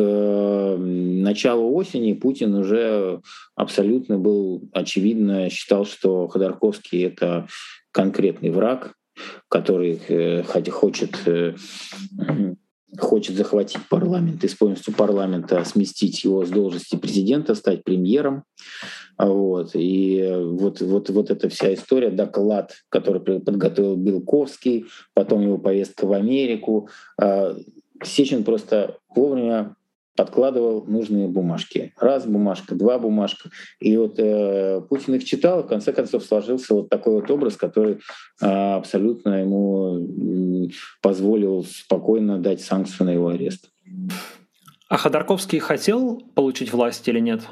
[SPEAKER 2] началу осени Путин уже абсолютно был, очевидно, считал, что Ходорковский — это конкретный враг, который э, хочет, э, хочет захватить парламент и с помощью парламента сместить его с должности президента, стать премьером. Вот. И вот, вот, вот эта вся история, доклад, который подготовил Белковский, потом его повестка в Америку. Сечин просто вовремя подкладывал нужные бумажки. Раз бумажка, два бумажка. И вот э, Путин их читал, и в конце концов сложился вот такой вот образ, который э, абсолютно ему позволил спокойно дать санкцию на его арест.
[SPEAKER 1] А Ходорковский хотел получить власть или нет?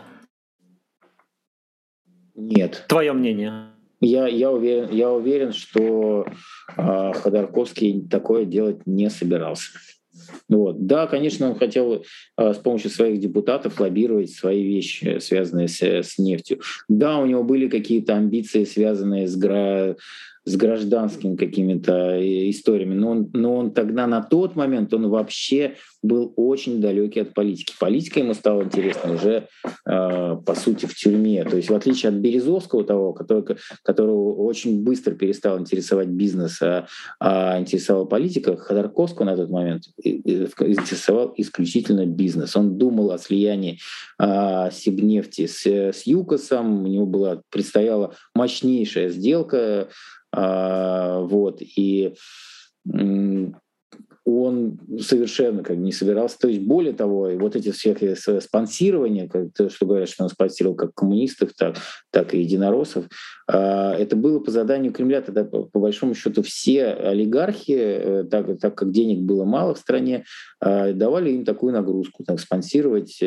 [SPEAKER 2] Нет.
[SPEAKER 1] Твое мнение?
[SPEAKER 2] Я, я, уверен, я уверен, что э, Ходорковский такое делать не собирался. Вот. Да, конечно, он хотел э, с помощью своих депутатов лоббировать свои вещи, связанные с, с нефтью. Да, у него были какие-то амбиции, связанные с, гра... с гражданскими какими-то историями, но он, но он тогда на тот момент он вообще был очень далекий от политики. Политика ему стала интересна уже, э, по сути, в тюрьме. То есть в отличие от Березовского, того, который, которого очень быстро перестал интересовать бизнес, а, а интересовала политика, Ходорковского на тот момент интересовал исключительно бизнес. Он думал о слиянии э, Сибнефти с, с ЮКОСом, у него была, предстояла мощнейшая сделка, э, вот, и э, он совершенно как бы не собирался. То есть, более того, вот эти все спонсирования, как то, что говорят, что он спонсировал как коммунистов, так, так и единороссов, это было по заданию Кремля. Тогда, по большому счету, все олигархи, так, так как денег было мало в стране, давали им такую нагрузку, так, спонсировать,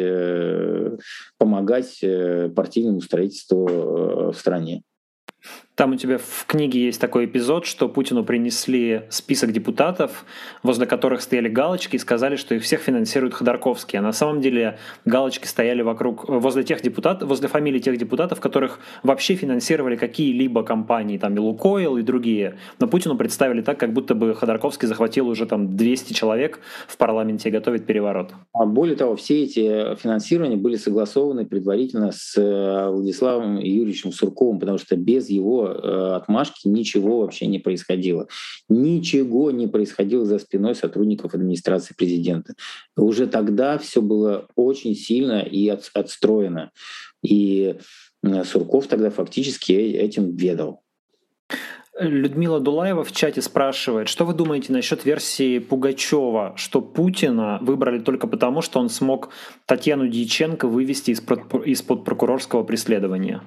[SPEAKER 2] помогать партийному строительству в стране.
[SPEAKER 1] Там у тебя в книге есть такой эпизод, что Путину принесли список депутатов, возле которых стояли галочки, и сказали, что их всех финансирует Ходорковский. А на самом деле галочки стояли вокруг, возле тех депутатов, возле фамилий тех депутатов, которых вообще финансировали какие-либо компании, там и Лукойл, и другие. Но Путину представили так, как будто бы Ходорковский захватил уже там двести человек в парламенте и готовит переворот.
[SPEAKER 2] А более того, все эти финансирования были согласованы предварительно с Владиславом Юрьевичем Сурковым, потому что без его отмашки ничего вообще не происходило. Ничего не происходило за спиной сотрудников администрации президента. Уже тогда все было очень сильно и от, отстроено. И Сурков тогда фактически этим ведал.
[SPEAKER 1] Людмила Дулаева в чате спрашивает, что вы думаете насчет версии Пугачева, что Путина выбрали только потому, что он смог Татьяну Дьяченко вывести из-под, из-под прокурорского преследования?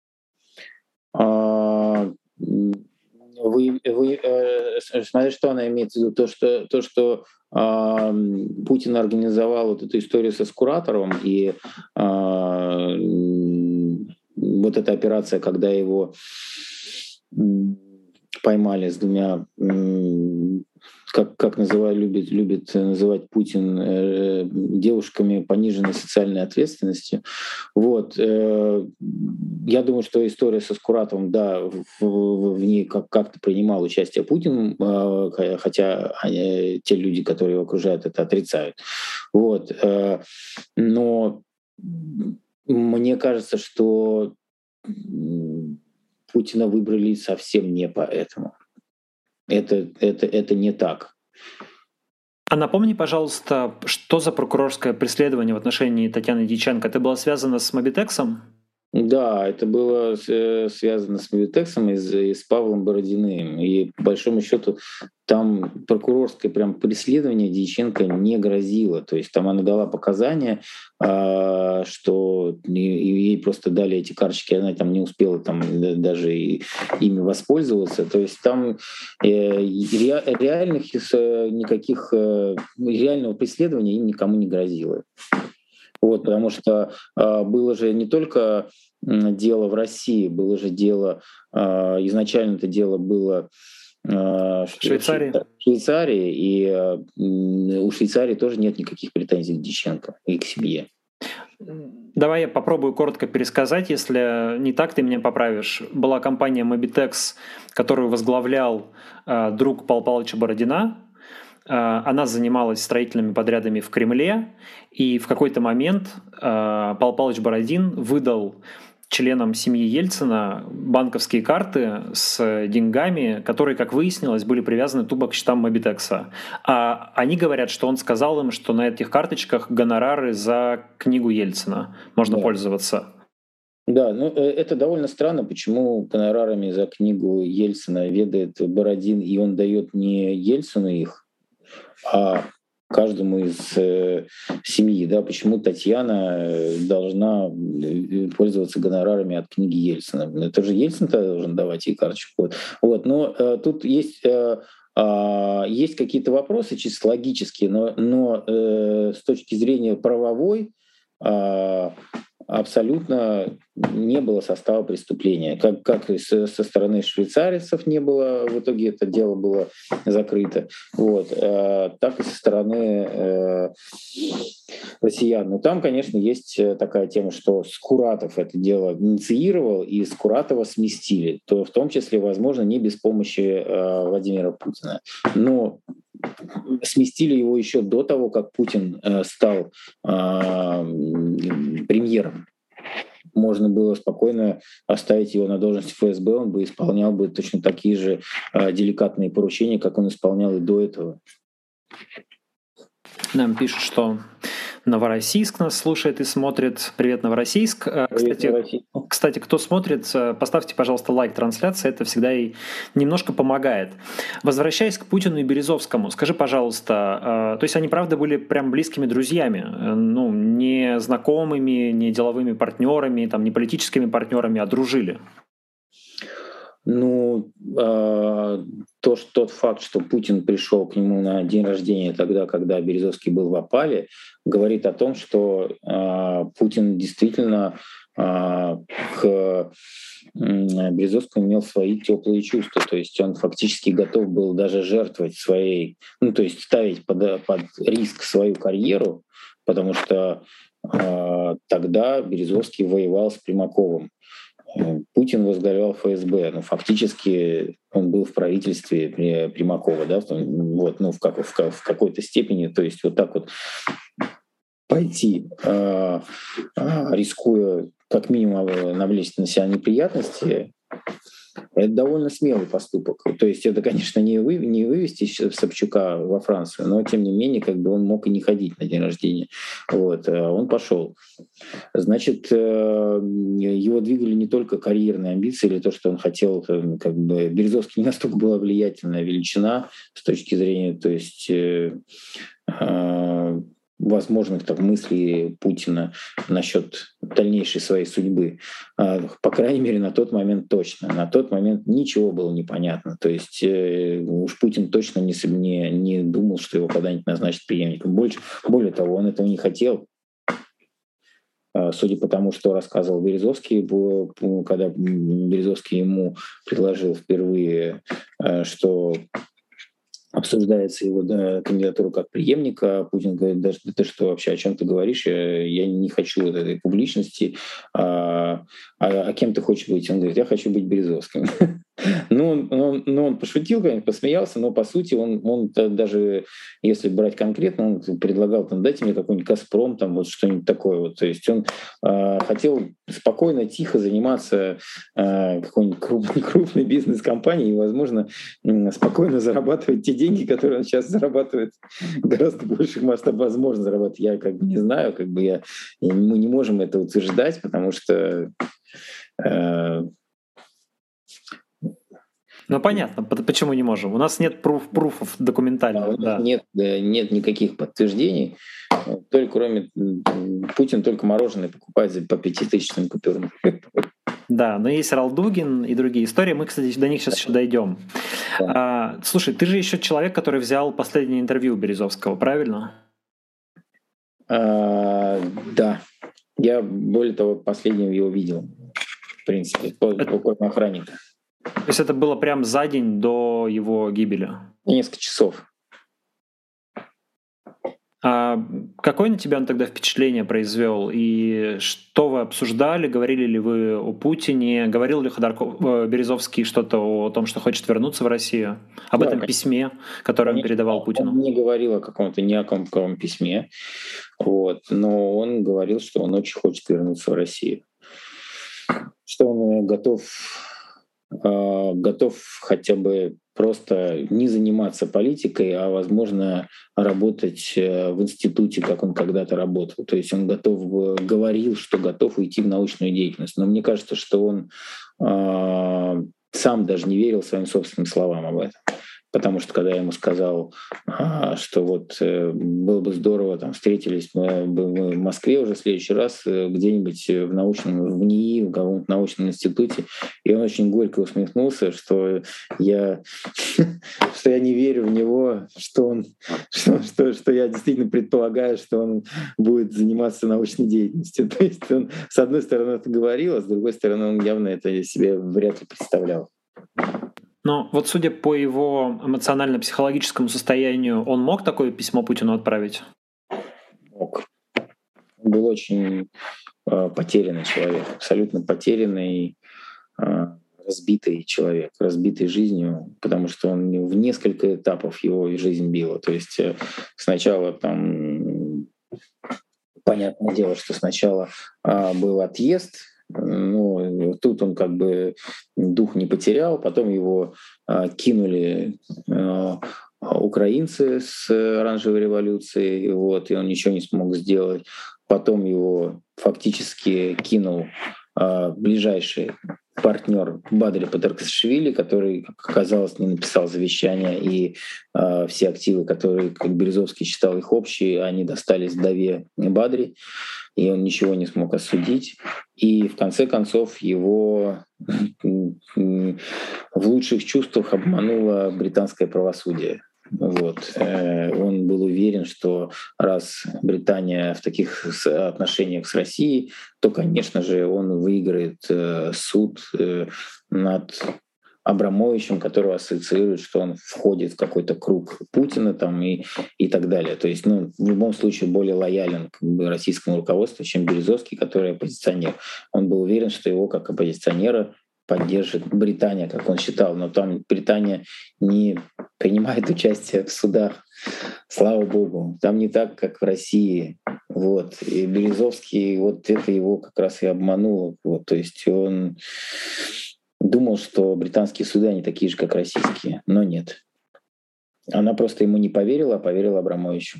[SPEAKER 2] А, вы, вы э, смотрите, что она имеет в виду? То, что, то, что э, Путин организовал вот эту историю со Скуратором, и э, вот эта операция, когда его поймали с двумя, как, как называют, любит, любит называть Путин, э, девушками пониженной социальной ответственности. Вот. Э, я думаю, что история со Скуратовым, да, в, в, в ней как, как-то принимал участие Путин, э, хотя они, те люди, которые его окружают, это отрицают. Вот. Э, но мне кажется, что Путина выбрали совсем не поэтому. Это, это, это не так.
[SPEAKER 1] А напомни, пожалуйста, что за прокурорское преследование в отношении Татьяны Дьяченко? Это было связано с Мобитексом?
[SPEAKER 2] Да, это было связано с Мобитексом и с, и с Павлом Бородиным. И по большому счету там прокурорское прям преследование Дьяченко не грозило. То есть там она дала показания, что ей просто дали эти карточки, она там не успела там даже и ими воспользоваться. То есть там реальных никаких реального преследования им никому не грозило. Вот, потому что э, было же не только э, дело в России, было же дело, э, изначально это дело было э, в
[SPEAKER 1] Швейцарии.
[SPEAKER 2] В Швейцарии, и э, у Швейцарии тоже нет никаких претензий к Дьяченко и к семье.
[SPEAKER 1] Давай я попробую коротко пересказать, если не так, ты меня поправишь. Была компания Mobitex, которую возглавлял э, друг Павла Павловича Бородина. Она занималась строительными подрядами в Кремле, и в какой-то момент Павел Павлович Бородин выдал членам семьи Ельцина банковские карты с деньгами, которые, как выяснилось, были привязаны тупо к счетам Мобитекса. А они говорят, что он сказал им, что на этих карточках гонорары за книгу Ельцина можно да. пользоваться.
[SPEAKER 2] Да, ну это довольно странно, почему гонорарами за книгу Ельцина ведает Бородин, и он дает не Ельцину их, а каждому из э, семьи, да, почему Татьяна должна пользоваться гонорарами от книги Ельцина. Это же Ельцин должен давать ей карточку. Вот. Вот. Но э, тут есть э, Есть какие-то вопросы чисто логические, но, но э, с точки зрения правовой э, абсолютно не было состава преступления. Как, как и со, со стороны швейцарцев не было, в итоге это дело было закрыто, вот, э, так и со стороны э, россиян. Но там, конечно, есть такая тема, что Скуратов это дело инициировал, и Скуратова сместили, то в том числе, возможно, не без помощи э, Владимира Путина. Но сместили его еще до того, как Путин э, стал э, премьером. Можно было спокойно оставить его на должности эф эс бэ, он бы исполнял бы точно такие же э, деликатные поручения, как он исполнял и до этого.
[SPEAKER 1] Нам пишут, что Новороссийск нас слушает и смотрит. Привет, Новороссийск. Привет, кстати, Новороссийск. Кстати, кто смотрит, поставьте, пожалуйста, лайк трансляции, это всегда и немножко помогает. Возвращаясь к Путину и Березовскому, скажи, пожалуйста, то есть они, правда, были прям близкими друзьями, ну, не знакомыми, не деловыми партнерами, там, не политическими партнерами, а дружили?
[SPEAKER 2] Ну, э, то, что, тот факт, что Путин пришел к нему на день рождения тогда, когда Березовский был в опале, говорит о том, что э, Путин действительно э, к Березовскому имел свои теплые чувства. То есть он фактически готов был даже жертвовать своей, ну, то есть ставить под, под риск свою карьеру, потому что э, тогда Березовский воевал с Примаковым. Путин возглавлял эф эс бэ, но фактически он был в правительстве Примакова, да, вот, ну, в, как, в, в какой-то степени, то есть вот так вот пойти, э, э, рискуя как минимум навлечь на себя неприятности, это довольно смелый поступок. То есть это, конечно, не, вы, не вывести Собчака во Францию, но тем не менее, как бы он мог и не ходить на день рождения. Вот, он пошел. Значит, его двигали не только карьерные амбиции или то, что он хотел, как бы Березовский не настолько была влиятельная величина с точки зрения, то есть возможных так, мыслей Путина насчет дальнейшей своей судьбы. По крайней мере, на тот момент точно. На тот момент ничего было непонятно. То есть э, уж Путин точно не, не, не думал, что его когда-нибудь назначат преемником. Больше, более того, он этого не хотел. Судя по тому, что рассказывал Березовский, когда Березовский ему предложил впервые, что обсуждается его, да, кандидатуру как преемника. Путин говорит: да ты что вообще, о чем ты говоришь? Я, я не хочу вот этой публичности. А, а, а кем ты хочешь быть? Он говорит: я хочу быть Березовским. Ну, он, он, ну, он пошутил, конечно, посмеялся, но по сути он, он даже, если брать конкретно, он предлагал: там, дайте мне какой-нибудь «Газпром», там вот что-нибудь такое. Вот. То есть он э, хотел спокойно, тихо заниматься э, какой-нибудь крупной, крупной бизнес-компанией и, возможно, э, спокойно зарабатывать те деньги, которые он сейчас зарабатывает гораздо больших масштабов. Возможно, зарабатывать. Я как бы не знаю, как бы я, мы не можем это утверждать, потому что э,
[SPEAKER 1] ну, понятно, почему не можем. У нас нет пруф, пруфов документальных.
[SPEAKER 2] Да, у нас
[SPEAKER 1] да.
[SPEAKER 2] нет, нет никаких подтверждений. Только кроме Путин только мороженое покупает по пятитысячным купюрам.
[SPEAKER 1] Да, но есть Ралдугин и другие истории. Мы, кстати, до них сейчас еще дойдем. Да. А, слушай, ты же еще человек, который взял последнее интервью у Березовского, правильно?
[SPEAKER 2] А, да. Я, более того, последним его видел. В принципе, буквально охранника.
[SPEAKER 1] То есть это было прям за день до его гибели?
[SPEAKER 2] Несколько часов.
[SPEAKER 1] А какое на тебя он тогда впечатление произвел? И что вы обсуждали? Говорили ли вы о Путине? Говорил ли Ходорков, Березовский что-то о том, что хочет вернуться в Россию? Об да, этом конечно. Письме, которое он передавал Путину?
[SPEAKER 2] Он не говорил о каком-то ни о каком письме, вот, но он говорил, что он очень хочет вернуться в Россию. Что он готов... готов хотя бы просто не заниматься политикой, а, возможно, работать в институте, как он когда-то работал. То есть он готов, говорил, что готов уйти в научную деятельность. Но мне кажется, что он э, сам даже не верил своим собственным словам об этом. Потому что когда я ему сказал, а, что вот э, было бы здорово, там встретились мы, мы в Москве уже в следующий раз э, где-нибудь в научном, в НИИ, в каком-то научном институте, и он очень горько усмехнулся, что я, что я не верю в него, что он, что, что, что я действительно предполагаю, что он будет заниматься научной деятельностью. То есть он, с одной стороны, это говорил, а с другой стороны, он явно это себе вряд ли представлял.
[SPEAKER 1] Но вот судя по его эмоционально-психологическому состоянию, он мог такое письмо Путину отправить?
[SPEAKER 2] Мог. Он был очень э, потерянный человек, абсолютно потерянный, э, разбитый человек, разбитый жизнью, потому что он в несколько этапов его жизнь била. То есть э, сначала там, понятное дело, что сначала э, был отъезд. Ну, тут он как бы дух не потерял, потом его э, кинули э, украинцы с оранжевой революцией, вот, и он ничего не смог сделать. Потом его фактически кинул э, ближайший партнер Бадри Патаркашвили, который, как оказалось, не написал завещание, и э, все активы, которые, как Березовский считал, их общие, они достались вдове Бадри, и он ничего не смог осудить. И в конце концов его в лучших чувствах обмануло британское правосудие. Вот. Он был уверен, что раз Британия в таких отношениях с Россией, то, конечно же, он выиграет суд над Абрамовичем, которого ассоциируют, что он входит в какой-то круг Путина там, и, и так далее. То есть, ну, в любом случае более лоялен как бы, российскому руководству, чем Березовский, который оппозиционер. Он был уверен, что его как оппозиционера поддержит Британия, как он считал, но там Британия не принимает участие в судах, слава богу. Там не так, как в России. Вот. И Березовский, вот это его как раз и обмануло. Вот. То есть он думал, что британские суды, они такие же, как российские, но нет. Она просто ему не поверила, а поверила Абрамовичу.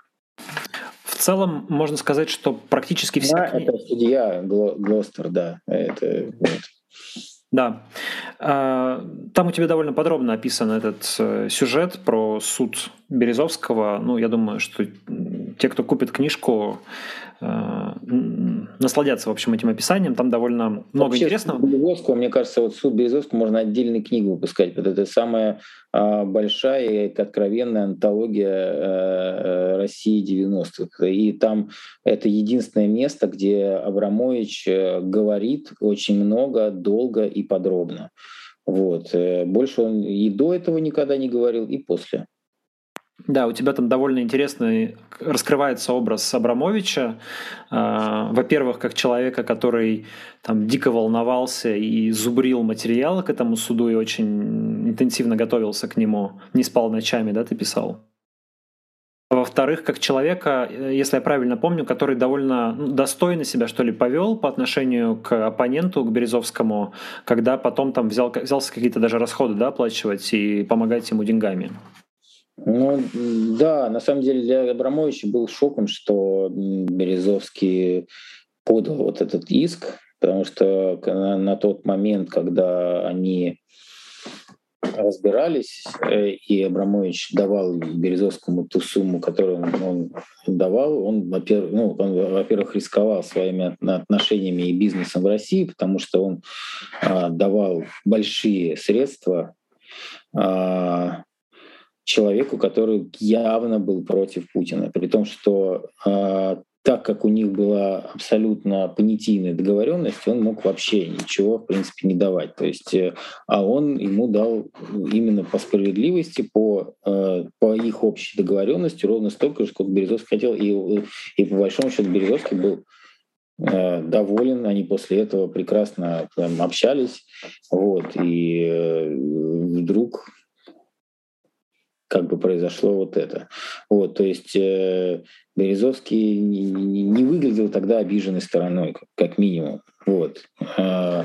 [SPEAKER 1] В целом, можно сказать, что практически все...
[SPEAKER 2] Да, это судья Гло- Глостер, да. Это, вот.
[SPEAKER 1] Да. Там у тебя довольно подробно описан этот сюжет про суд Березовского. Ну, я думаю, что те, кто купит книжку, насладятся, в общем, этим описанием. Там довольно много
[SPEAKER 2] Вообще,
[SPEAKER 1] интересного.
[SPEAKER 2] Суд Березовского, мне кажется, вот суд Березовского можно отдельную книгу выпускать. Вот это самая а, большая и откровенная антология а, России девяностых. И там это единственное место, где Абрамович говорит очень много, долго и подробно. Вот. Больше он и до этого никогда не говорил, и после.
[SPEAKER 1] Да, у тебя там довольно интересный раскрывается образ Абрамовича. Во-первых, как человека, который там дико волновался и зубрил материалы к этому суду и очень интенсивно готовился к нему. Не спал ночами, да, ты писал? Во-вторых, как человека, если я правильно помню, который довольно достойно себя, что ли, повел по отношению к оппоненту, к Березовскому, когда потом там взял, взялся какие-то даже расходы, да, оплачивать и помогать ему деньгами.
[SPEAKER 2] Ну да, на самом деле для Абрамовича был шоком, что Березовский подал вот этот иск, потому что на, на тот момент, когда они разбирались, и Абрамович давал Березовскому ту сумму, которую он, он давал, он, во-первых, ну, он, во-первых, рисковал своими отношениями и бизнесом в России, потому что он а, давал большие средства а, человеку, который явно был против Путина, при том, что э, так как у них была абсолютно понятийная договоренность, он мог вообще ничего, в принципе, не давать. То есть, э, а он ему дал именно по справедливости, по, э, по их общей договоренности ровно столько же, сколько Березовский хотел. И, и по большому счету Березовский был э, доволен, они после этого прекрасно там, общались. Вот, и э, вдруг как бы произошло вот это. Вот, то есть э, Березовский не, не, не выглядел тогда обиженной стороной, как, как минимум. Вот. А,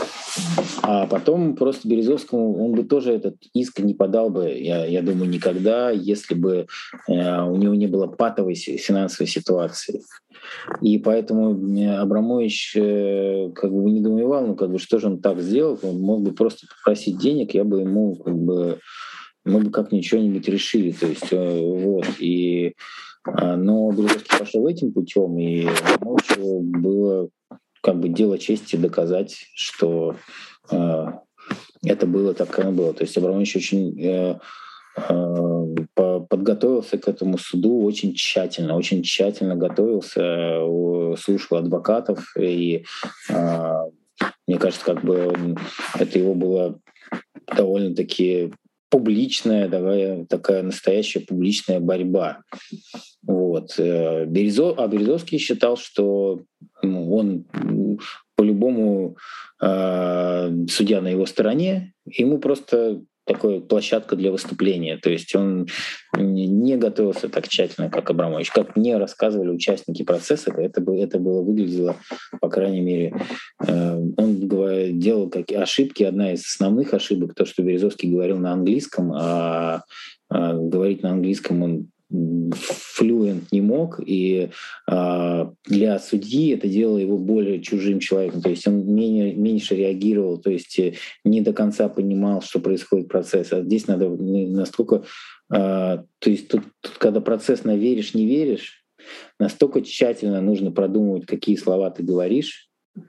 [SPEAKER 2] а потом просто Березовскому он бы тоже этот иск не подал бы, я, я думаю, никогда, если бы э, у него не было патовой финансовой ситуации. И поэтому Абрамович э, как бы недоумевал, ну как бы что же он так сделал, он мог бы просто попросить денег, я бы ему как бы мы бы как-нибудь что-нибудь решили. То есть, вот, и, но Березовский пошел этим путем, и Абрамовичу было как бы дело чести доказать, что э, это было так, как оно было. То есть Абрамович очень э, э, подготовился к этому суду очень тщательно, очень тщательно готовился, слушал адвокатов, и э, мне кажется, как бы это его было довольно-таки публичная, давай, такая настоящая публичная борьба. Вот. Березов... А Березовский считал, что он по-любому э, судья на его стороне, ему просто такая площадка для выступления. То есть он не готовился так тщательно, как Абрамович. Как мне рассказывали участники процесса, это, было, это было выглядело, по крайней мере, э, он говорил, делал какие ошибки. Одна из основных ошибок, то, что Березовский говорил на английском, а, а говорить на английском он флюент не мог, и э, для судьи это делало его более чужим человеком, то есть он менее, меньше реагировал, то есть не до конца понимал, что происходит процесс. А здесь надо настолько... Э, то есть тут, тут, когда процесс на веришь, не веришь, настолько тщательно нужно продумывать, какие слова ты говоришь.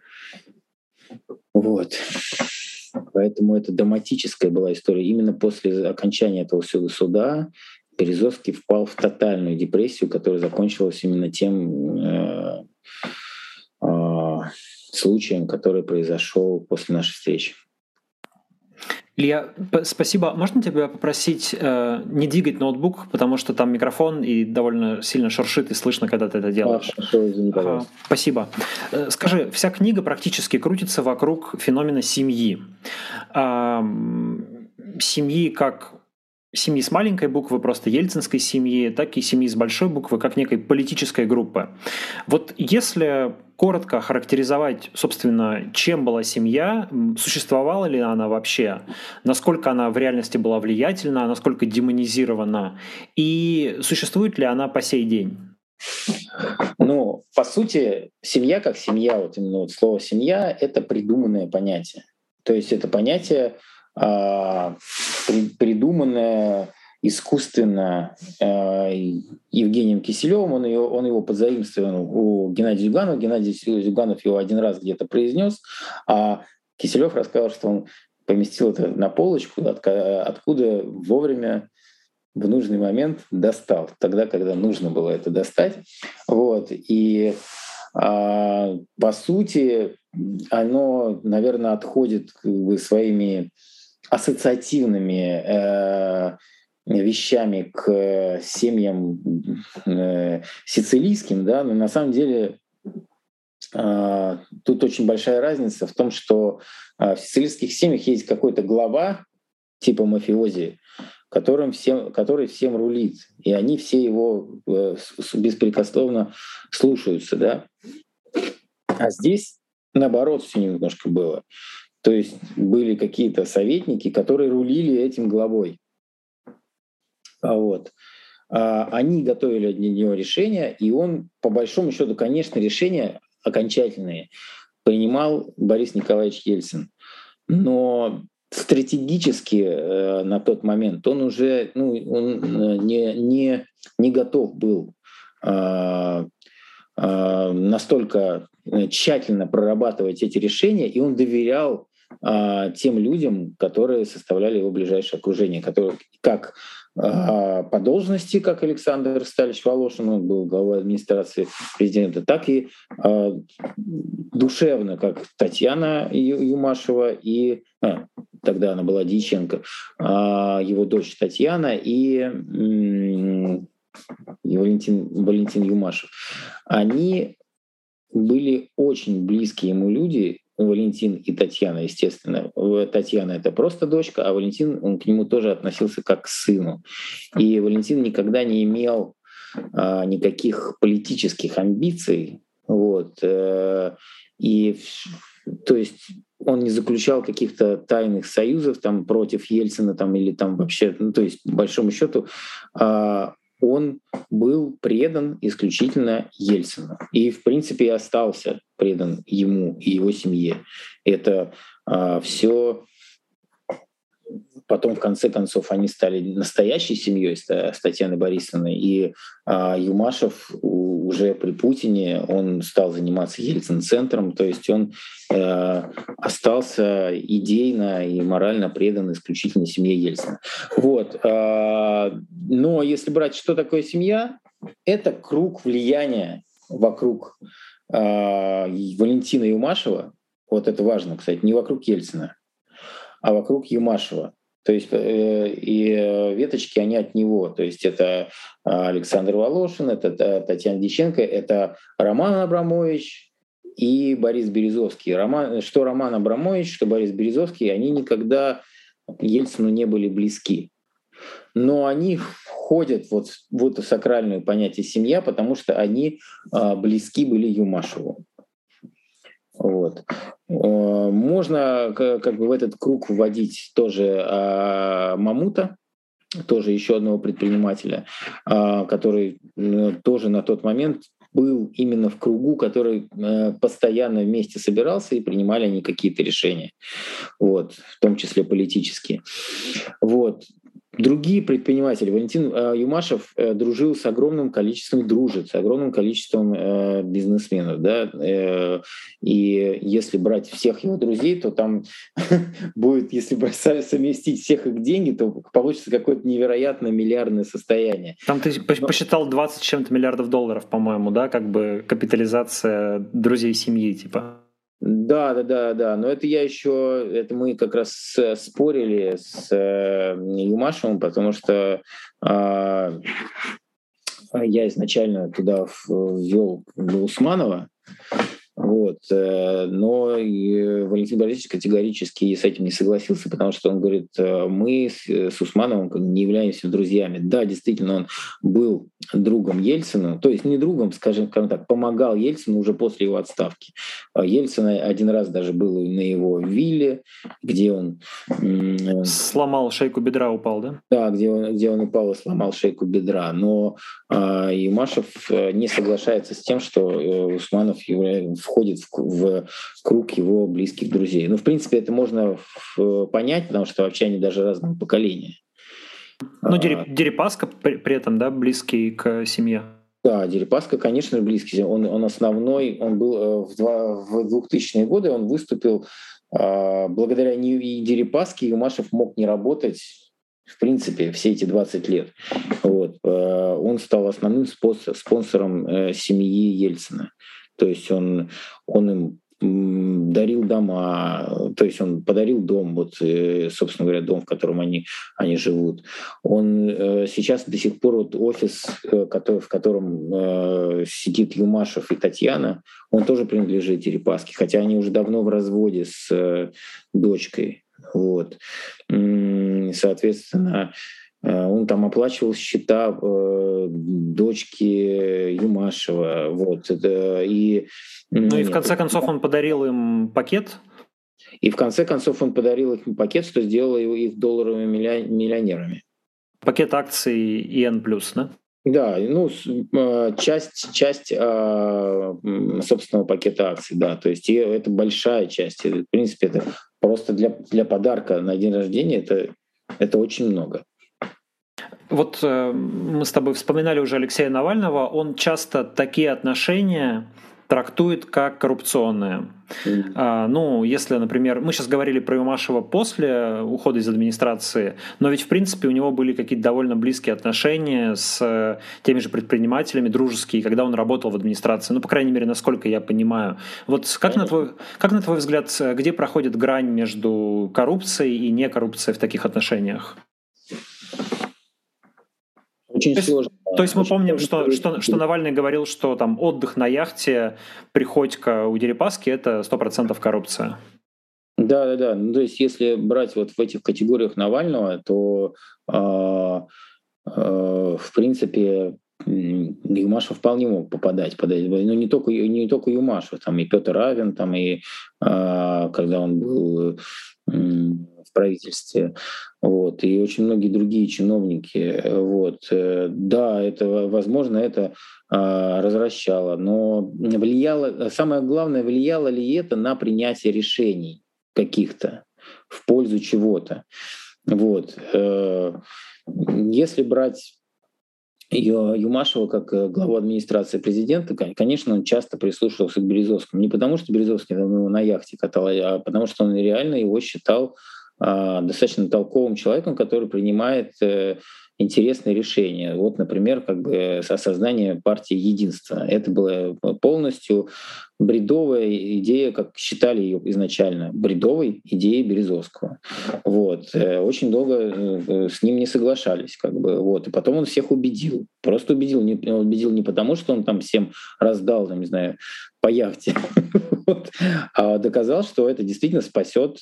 [SPEAKER 2] Вот. Поэтому это драматическая была история. Именно после окончания этого суда Березовский впал в тотальную депрессию, которая закончилась именно тем э, э, случаем, который произошел после нашей встречи.
[SPEAKER 1] Илья, спасибо. Можно тебя попросить э, не двигать ноутбук, потому что там микрофон и довольно сильно шуршит, и слышно, когда ты это делаешь.
[SPEAKER 2] А, хорошо, извини,
[SPEAKER 1] ага, спасибо. Э, скажи, вся книга практически крутится вокруг феномена семьи. Э, семьи как... семьи с маленькой буквы, просто ельцинской семьи, так и семьи с большой буквы, как некой политической группы. Вот если коротко охарактеризовать, собственно, чем была семья, существовала ли она вообще, насколько она в реальности была влиятельна, насколько демонизирована, и существует ли она по сей день?
[SPEAKER 2] Ну, по сути, семья как семья, вот именно вот слово «семья» — это придуманное понятие. То есть это понятие, придуманное искусственно Евгением Киселевым, он, ее, он его позаимствовал у Геннадия Зюганова. Геннадий Зюганов его один раз где-то произнес, а Киселев рассказал, что он поместил это на полочку, откуда вовремя в нужный момент достал, тогда, когда нужно было это достать. Вот. И а, по сути оно, наверное, отходит как бы своими ассоциативными э, вещами к семьям э, сицилийским, да, но на самом деле э, тут очень большая разница в том, что э, в сицилийских семьях есть какой-то глава типа мафиози, которым всем, который всем рулит, и они все его э, беспрекословно слушаются, да. А здесь наоборот все немножко было. То есть были какие-то советники, которые рулили этим главой. А вот. А они готовили для него решения, и он, по большому счету, конечно, решения окончательные принимал Борис Николаевич Ельцин. Но стратегически э, на тот момент он уже ну, он не, не, не готов был э, э, настолько тщательно прорабатывать эти решения, и он доверял тем людям, которые составляли его ближайшее окружение, которые как по должности, как Александр Сталич Волошин, он был главой администрации президента, так и душевно, как Татьяна Юмашева и а, тогда она была Дьяченко, его дочь Татьяна и, и Валентин, Валентин Юмашев. Они были очень близкие ему люди, Валентин и Татьяна, естественно. Татьяна — это просто дочка, а Валентин, он к нему тоже относился как к сыну. И Валентин никогда не имел а, никаких политических амбиций. Вот. И, то есть, он не заключал каких-то тайных союзов там, против Ельцина там, или там вообще, ну, то есть, по большому счету, а, он был предан исключительно Ельцину. И, в принципе, и остался предан ему и его семье. Это а, все потом, в конце концов, они стали настоящей семьей с, с Татьяной Борисовной, и а, Юмашев уже при Путине, он стал заниматься Ельцин-центром, то есть он э, остался идейно и морально предан исключительно семье Ельцина. Вот. Э, но если брать, что такое семья, это круг влияния вокруг э, Валентина Юмашева, вот это важно, кстати, не вокруг Ельцина, а вокруг Юмашева. То есть э, и веточки, они от него. То есть это Александр Волошин, это Татьяна Дьяченко, это Роман Абрамович и Борис Березовский. Роман, что Роман Абрамович, что Борис Березовский, они никогда Ельцину не были близки. Но они входят вот в это сакральное понятие «семья», потому что они э, близки были Юмашеву. Вот. Можно как бы в этот круг вводить тоже а, Мамута, тоже еще одного предпринимателя, а, который а, тоже на тот момент был именно в кругу, который а, постоянно вместе собирался, и принимали они какие-то решения, вот, в том числе политические. Вот. Другие предприниматели. Валентин э, Юмашев э, дружил с огромным количеством, дружит с огромным количеством э, бизнесменов. Да? Э, и если брать всех его друзей, то там будет, если совместить всех их деньги, то получится какое-то невероятное миллиардное состояние.
[SPEAKER 1] Там ты посчитал двадцать с чем-то миллиардов долларов, по-моему, да, как бы капитализация друзей семьи, типа.
[SPEAKER 2] Да, да, да, да. Но это я еще, это мы как раз спорили с э, Юмашевым, потому что э, я изначально туда ввел Усманова, вот, э, но и Валентин Борисович категорически с этим не согласился, потому что он говорит, мы с, с Усмановым не являемся друзьями. Да, действительно, он был другом Ельцину, то есть не другом, скажем так, помогал Ельцину уже после его отставки. Ельцин один раз даже был на его вилле, где он...
[SPEAKER 1] Сломал шейку бедра, упал, да?
[SPEAKER 2] Да, где он, где он упал и сломал шейку бедра. Но э, Юмашев не соглашается с тем, что э, Усманов является, входит в, в круг его близких друзей. Ну, в принципе, это можно в, понять, потому что вообще они даже разного поколения.
[SPEAKER 1] Ну, Дерипаска при, при этом, да, близкий к семье.
[SPEAKER 2] Да, Дерипаска, конечно, близкий. Он, он основной, он был в, два, в двухтысячные годы, он выступил э, благодаря и Дерипаске, Юмашев мог не работать, в принципе, все эти двадцать лет. Вот. Э, он стал основным спонсором э, семьи Ельцина. То есть он, он им дарил дома, то есть он подарил дом, вот, собственно говоря, дом, в котором они, они живут. Он сейчас до сих пор вот офис, который, в котором сидит Юмашев и Татьяна, он тоже принадлежит Дерипаске, хотя они уже давно в разводе с дочкой. Вот. Соответственно, он там оплачивал счета э, дочки Юмашева. Вот. И,
[SPEAKER 1] ну и в конце концов он подарил им пакет?
[SPEAKER 2] И в конце концов он подарил им пакет, что сделало их долларовыми миллионерами.
[SPEAKER 1] Пакет акций И Эн плюс, да?
[SPEAKER 2] Да, ну, часть, часть собственного пакета акций, да, то есть это большая часть. В принципе, это просто для, для подарка на день рождения это, это очень много.
[SPEAKER 1] Вот э, мы с тобой вспоминали уже Алексея Навального, он часто такие отношения трактует как коррупционные. Mm-hmm. А, ну, если, например, мы сейчас говорили про Юмашева после ухода из администрации, но ведь, в принципе, у него были какие-то довольно близкие отношения с теми же предпринимателями, дружеские, когда он работал в администрации. Ну, по крайней мере, насколько я понимаю. Вот как, на твой, как на твой взгляд, где проходит грань между коррупцией и некоррупцией в таких отношениях?
[SPEAKER 2] Очень
[SPEAKER 1] то есть,
[SPEAKER 2] сложно.
[SPEAKER 1] То есть мы помним, что, что, что Навальный говорил, что там отдых на яхте Приходько у Дерипаски — это сто процентов коррупция.
[SPEAKER 2] Да, да, да. Ну, то есть если брать вот в этих категориях Навального, то э, э, в принципе Юмашев вполне мог попадать. подать. Ну, не только, не только Юмашев, там и Петр Авен, там и э, когда он был э, в правительстве, вот, и очень многие другие чиновники. Вот. Да, это, возможно, это э, развращало, но влияло, самое главное, влияло ли это на принятие решений каких-то в пользу чего-то. Вот. Если брать Юмашева как главу администрации президента, конечно, он часто прислушивался к Березовскому. Не потому, что Березовский там, его на яхте катал, а потому что он реально его считал а, достаточно толковым человеком, который принимает э, интересные решения. Вот, например, как бы осознание партии «Единство». Это было полностью бредовая идея, как считали ее изначально, бредовой идеей Березовского. Вот. Очень долго с ним не соглашались. Как бы. Вот. И потом он всех убедил. Просто убедил. Не, убедил не потому, что он там всем раздал, там, не знаю, по яхте, вот. А доказал, что это действительно спасет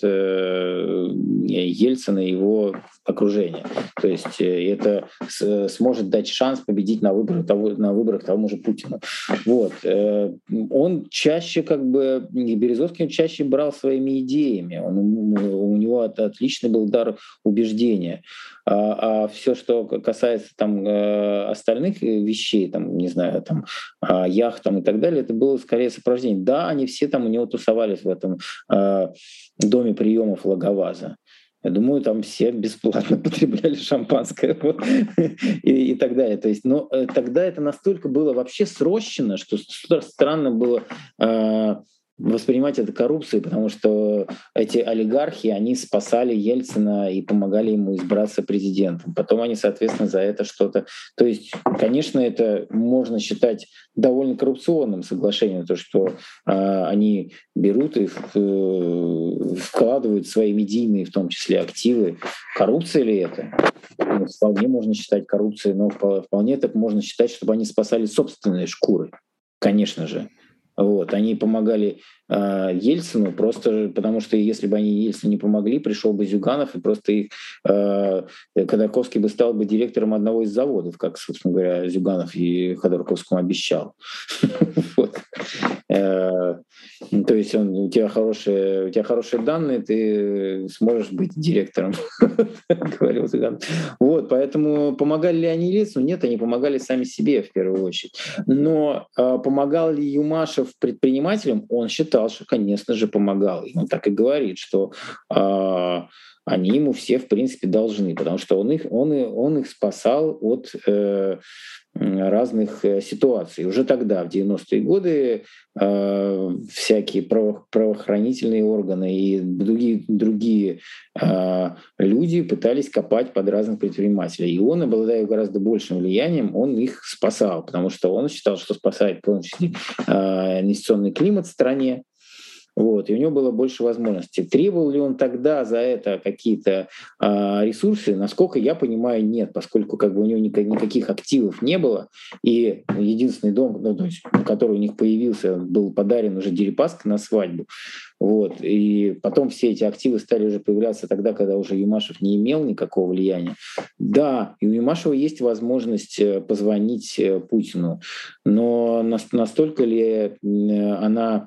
[SPEAKER 2] Ельцина и его окружение. То есть это сможет дать шанс победить на выборах того, на выборах тому же Путину. Вот. Он чаще, как бы, Березовский чаще брал своими идеями. Он, у него отличный был дар убеждения. А, а все, что касается там остальных вещей, там, не знаю, там, яхт там, и так далее, это было скорее сопровождение. Да, они все там у него тусовались в этом э, доме приемов Лаговаза. Я думаю, там все бесплатно потребляли шампанское вот, и, и так далее. То есть, но э, тогда это настолько было вообще срощено, что странно было э, воспринимать это коррупцией, потому что эти олигархи, они спасали Ельцина и помогали ему избраться президентом. Потом они, соответственно, за это что-то... То есть, конечно, это можно считать довольно коррупционным соглашением, то, что э, они берут и э, вкладывают свои медийные, в том числе, активы. Коррупция ли это? Ну, вполне можно считать коррупцией, но вполне так можно считать, чтобы они спасали собственные шкуры, конечно же. Вот. Они помогали э, Ельцину просто потому, что если бы они Ельцину не помогли, пришел бы Зюганов и просто их... Э, Ходорковский бы стал бы директором одного из заводов, как, собственно говоря, Зюганов и Ходорковскому обещал. То есть у тебя хорошие, у тебя хорошие данные, ты сможешь быть директором, говорил Зюганов. Вот, поэтому помогали ли они Ельцину? Нет, они помогали сами себе в первую очередь. Но помогал ли Юмашев предпринимателям? Он считал, что, конечно же, помогал. И он так и говорит, что они ему все, в принципе, должны, потому что он их, он, он их спасал от э, разных ситуаций. Уже тогда, в девяностые годы, э, всякие право, правоохранительные органы и другие, другие э, люди пытались копать под разных предпринимателей. И он, обладая гораздо большим влиянием, он их спасал, потому что он считал, что спасает в том числе э, инвестиционный климат в стране. Вот, и у него было больше возможностей. Требовал ли он тогда за это какие-то а, ресурсы? Насколько я понимаю, нет, поскольку как бы у него никак, никаких активов не было, и единственный дом, ну, то есть, который у них появился, был подарен уже Дерипаской на свадьбу. Вот, и потом все эти активы стали уже появляться тогда, когда уже Юмашев не имел никакого влияния. Да, и у Юмашева есть возможность позвонить Путину, но настолько ли она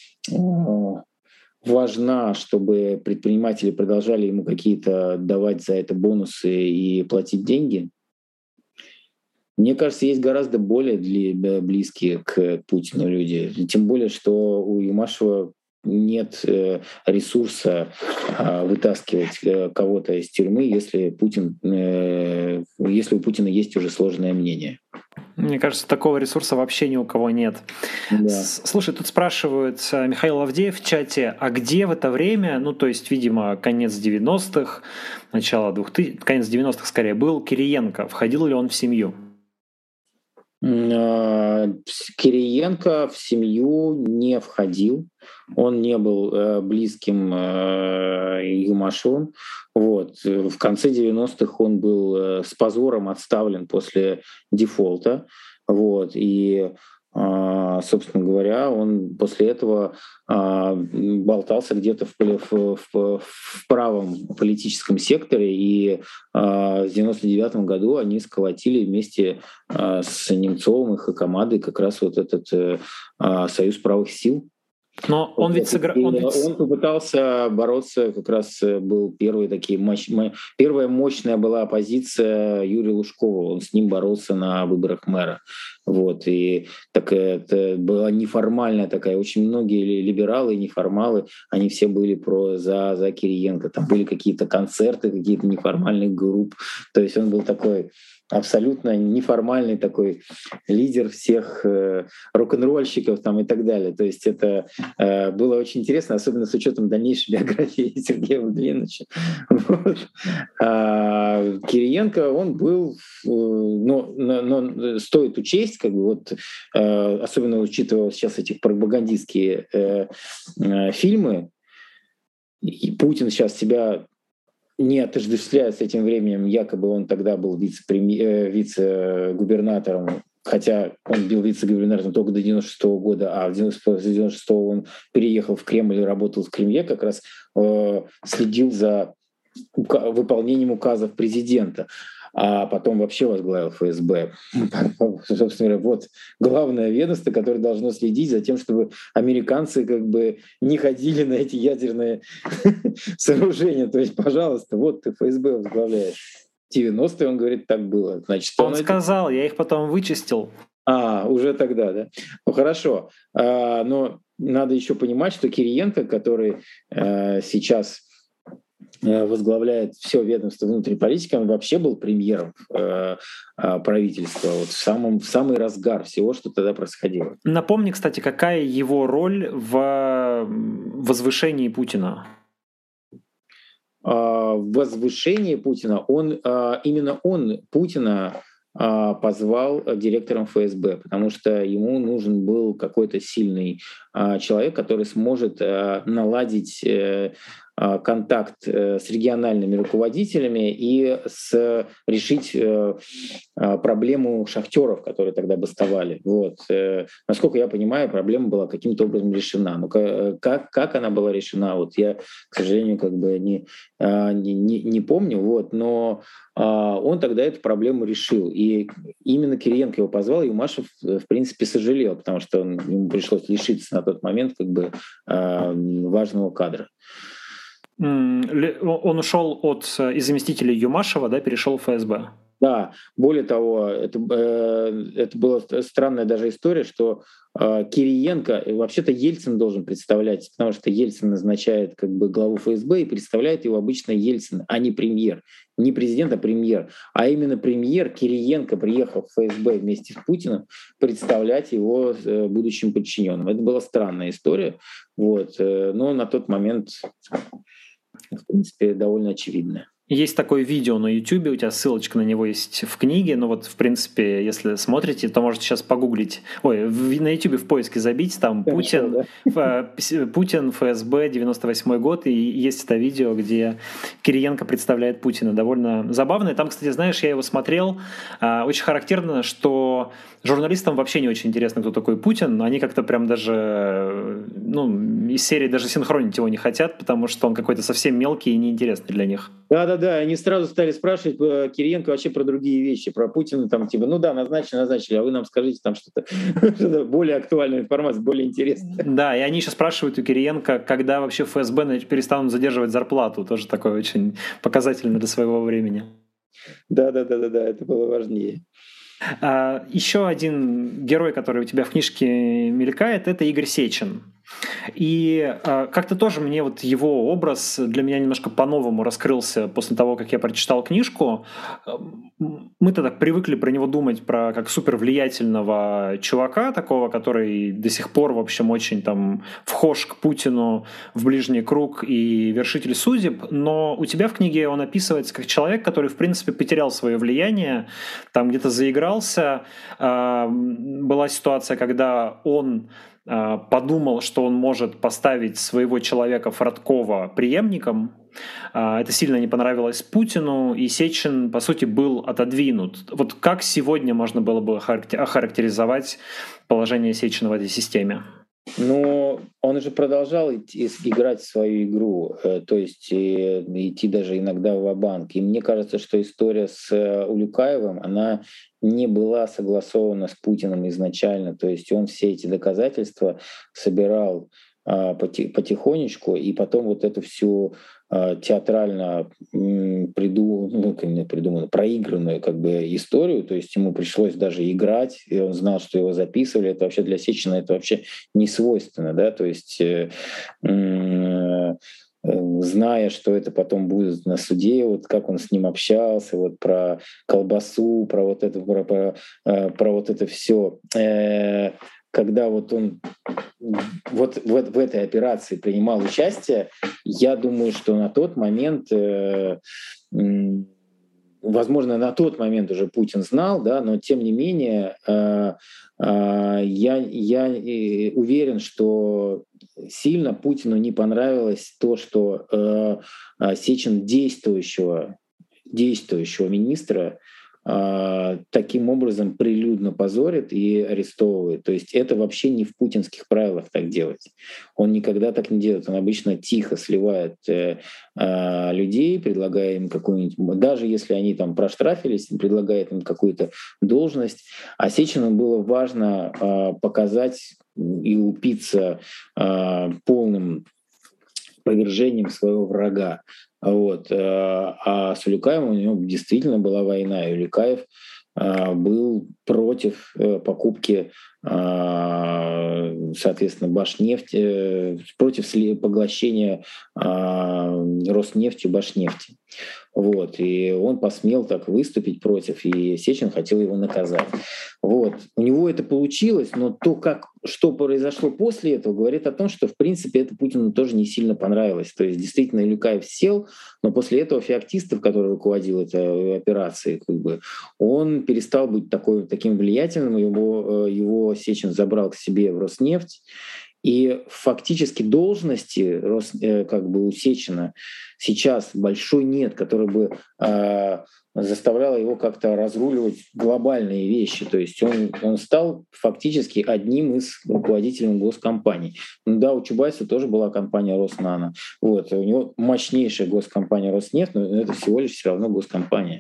[SPEAKER 2] важна, чтобы предприниматели продолжали ему какие-то давать за это бонусы и платить деньги? Мне кажется, есть гораздо более близкие к Путину люди. Тем более, что у Юмашева нет ресурса вытаскивать кого-то из тюрьмы, если, Путин, если у Путина есть уже сложное мнение.
[SPEAKER 1] Мне кажется, такого ресурса вообще ни у кого нет. Да. Слушай, тут спрашивают Михаил Авдеев в чате, а где в это время, ну то есть, видимо, конец девяностых, начало двухтысячных, конец девяностых скорее был, Кириенко, входил ли он в семью?
[SPEAKER 2] Кириенко в семью не входил, он не был близким Юмашевым. Вот. В конце девяностых он был с позором отставлен после дефолта. Вот. И, собственно говоря, он после этого болтался где-то в, в, в, в правом политическом секторе, и в девяносто девятом году они сколотили вместе с Немцовым и Хакамадой как раз вот этот Союз правых сил.
[SPEAKER 1] Но он ведь
[SPEAKER 2] Вот.
[SPEAKER 1] сыграл...
[SPEAKER 2] И
[SPEAKER 1] Он ведь...
[SPEAKER 2] он попытался бороться, как раз э, был первый такие мощ... мо- первая мощная была оппозиция Юрия Лужкова. Он с ним боролся на выборах мэра. Вот. И так это была неформальная такая. Очень многие ли- либералы и неформалы, они все были про за, за Кириенко. Там были какие-то концерты, какие-то неформальных групп. То есть он был такой абсолютно неформальный такой лидер всех э, рок-н-ролльщиков там и так далее. То есть это э, было очень интересно, особенно с учетом дальнейшей биографии Сергея Владимировича. Вот. А Кириенко, он был, э, но, но, но стоит учесть, как бы вот, э, особенно учитывая сейчас эти пропагандистские э, э, фильмы, и Путин сейчас себя не отождествляет с этим временем, якобы он тогда был вице-преми- э, вице-губернатором, хотя он был вице-губернатором только до девяносто шестого года, а в девяносто шестого он переехал в Кремль и работал в Кремле, как раз э, следил за ука- выполнением указов президента, а потом вообще возглавил эф эс бэ. Собственно говоря, вот главное ведомство, которое должно следить за тем, чтобы американцы как бы не ходили на эти ядерные сооружения. То есть, пожалуйста, вот ты эф эс бэ возглавляешь. В девяностые, он говорит, так было. Значит,
[SPEAKER 1] Он сказал, я их потом вычистил.
[SPEAKER 2] А, уже тогда, да? Ну хорошо. А, но надо еще понимать, что Кириенко, который э, сейчас э, возглавляет все ведомство внутренней политики, он вообще был премьером э, э, правительства вот в, самом, в самый разгар всего, что тогда происходило.
[SPEAKER 1] Напомни, кстати, какая его роль в возвышении Путина?
[SPEAKER 2] А, в возвышении Путина, он, а, именно он Путина а, позвал директором эф эс бэ, потому что ему нужен был какой-то сильный а, человек, который сможет а, наладить э, а, контакт э, с региональными руководителями и с, решить э, а, проблему шахтеров, которые тогда бастовали. Вот. Э, Насколько я понимаю, проблема была каким-то образом решена. Но ка- как, как она была решена, вот я, к сожалению, как бы не, а, не, не, не помню, вот, но а, он тогда эту проблему решил. И именно Кириенко его позвал, и Юмашев, в принципе, сожалел, потому что он, ему пришлось лишиться на тот момент как бы а, важного кадра.
[SPEAKER 1] Он ушел от из заместителя Юмашева, да, перешел в эф эс бэ.
[SPEAKER 2] Да, более того, это, э, это была странная даже история, что э, Кириенко, вообще-то Ельцин должен представлять, потому что Ельцин назначает как бы главу эф эс бэ и представляет его обычно Ельцин, а не премьер. Не президент, а премьер. А именно премьер Кириенко приехал в эф эс бэ вместе с Путиным представлять его э, будущим подчиненным. Это была странная история, вот, э, но на тот момент, в принципе, довольно очевидная.
[SPEAKER 1] Есть такое видео на YouTube, у тебя ссылочка на него есть в книге, но вот, в принципе, если смотрите, то можете сейчас погуглить. Ой, в, на YouTube в поиске забить, там Путин, Хорошо, да? Путин, эф эс бэ, девяносто восьмой год, и есть это видео, где Кириенко представляет Путина. Довольно забавно. И там, кстати, знаешь, я его смотрел, очень характерно, что журналистам вообще не очень интересно, кто такой Путин. Они как-то прям даже, ну, из серии даже синхронить его не хотят, потому что он какой-то совсем мелкий и неинтересный для них.
[SPEAKER 2] Да-да-да, они сразу стали спрашивать э, Кириенко вообще про другие вещи, про Путина, там, типа, ну да, назначили, назначили, а вы нам скажите там что-то, что-то более актуальную информацию, более интересную.
[SPEAKER 1] Да, и они еще спрашивают у Кириенко, когда вообще эф эс бэ перестанут задерживать зарплату, тоже такое очень показательно для своего времени.
[SPEAKER 2] Да-да-да-да, это было важнее.
[SPEAKER 1] А, еще один герой, который у тебя в книжке мелькает, это Игорь Сечин. И э, как-то тоже мне вот его образ для меня немножко по-новому раскрылся после того, как я прочитал книжку. Мы-то так привыкли про него думать, про как супер влиятельного чувака такого, который до сих пор, в общем, очень там вхож к Путину в ближний круг и вершитель судеб, но у тебя в книге он описывается как человек, который, в принципе, потерял свое влияние, там где-то заигрался. Э, была ситуация, когда он подумал, что он может поставить своего человека Фродкова преемником. Это сильно не понравилось Путину, и Сечин, по сути, был отодвинут. Вот как сегодня можно было бы охарактеризовать положение Сечина в этой системе?
[SPEAKER 2] Ну, он же продолжал идти, играть в свою игру, то есть идти даже иногда в ва-банк. И мне кажется, что история с Улюкаевым, она не была согласована с Путиным изначально. То есть он все эти доказательства собирал потихонечку, и потом вот эту всю театрально приду, ну, придуманную, проигранную как бы историю, то есть ему пришлось даже играть, и он знал, что его записывали, это вообще для Сечина это вообще не свойственно, да, то есть э, э, зная, что это потом будет на суде, вот как он с ним общался, вот про колбасу, про вот это, про, про, про вот это все. Когда вот он вот в, в этой операции принимал участие, я думаю, что на тот момент, э, возможно, на тот момент уже Путин знал, да, но тем не менее э, э, я, я уверен, что сильно Путину не понравилось то, что э, Сечин действующего, действующего министра таким образом прилюдно позорит и арестовывает. То есть это вообще не в путинских правилах так делать. Он никогда так не делает. Он обычно тихо сливает э, э, людей, предлагая им какую-нибудь... Даже если они там проштрафились, предлагает им какую-то должность. А Сечину было важно э, показать и упиться э, полным повержением своего врага. Вот. А с Улюкаевым у него действительно была война, и Улюкаев был против покупки, соответственно, Башнефти, против поглощения Роснефтью Башнефти. Вот. И он посмел так выступить против, и Сечин хотел его наказать. Вот. У него это получилось, но то, как, что произошло после этого, говорит о том, что, в принципе, это Путину тоже не сильно понравилось. То есть, действительно, Улюкаев сел, но после этого Феоктистов, который руководил этой операцией, как бы, он перестал быть такой, таким влиятельным, его, его Сечин забрал к себе в Роснефть, и фактически должности как бы у Сечина сейчас большой нет, который бы э, заставляла его как-то разруливать глобальные вещи. То есть он, он стал фактически одним из руководителей госкомпаний. Ну да, у Чубайса тоже была компания Роснано. Вот. У него мощнейшая госкомпания Роснефть, но это всего лишь все равно госкомпания.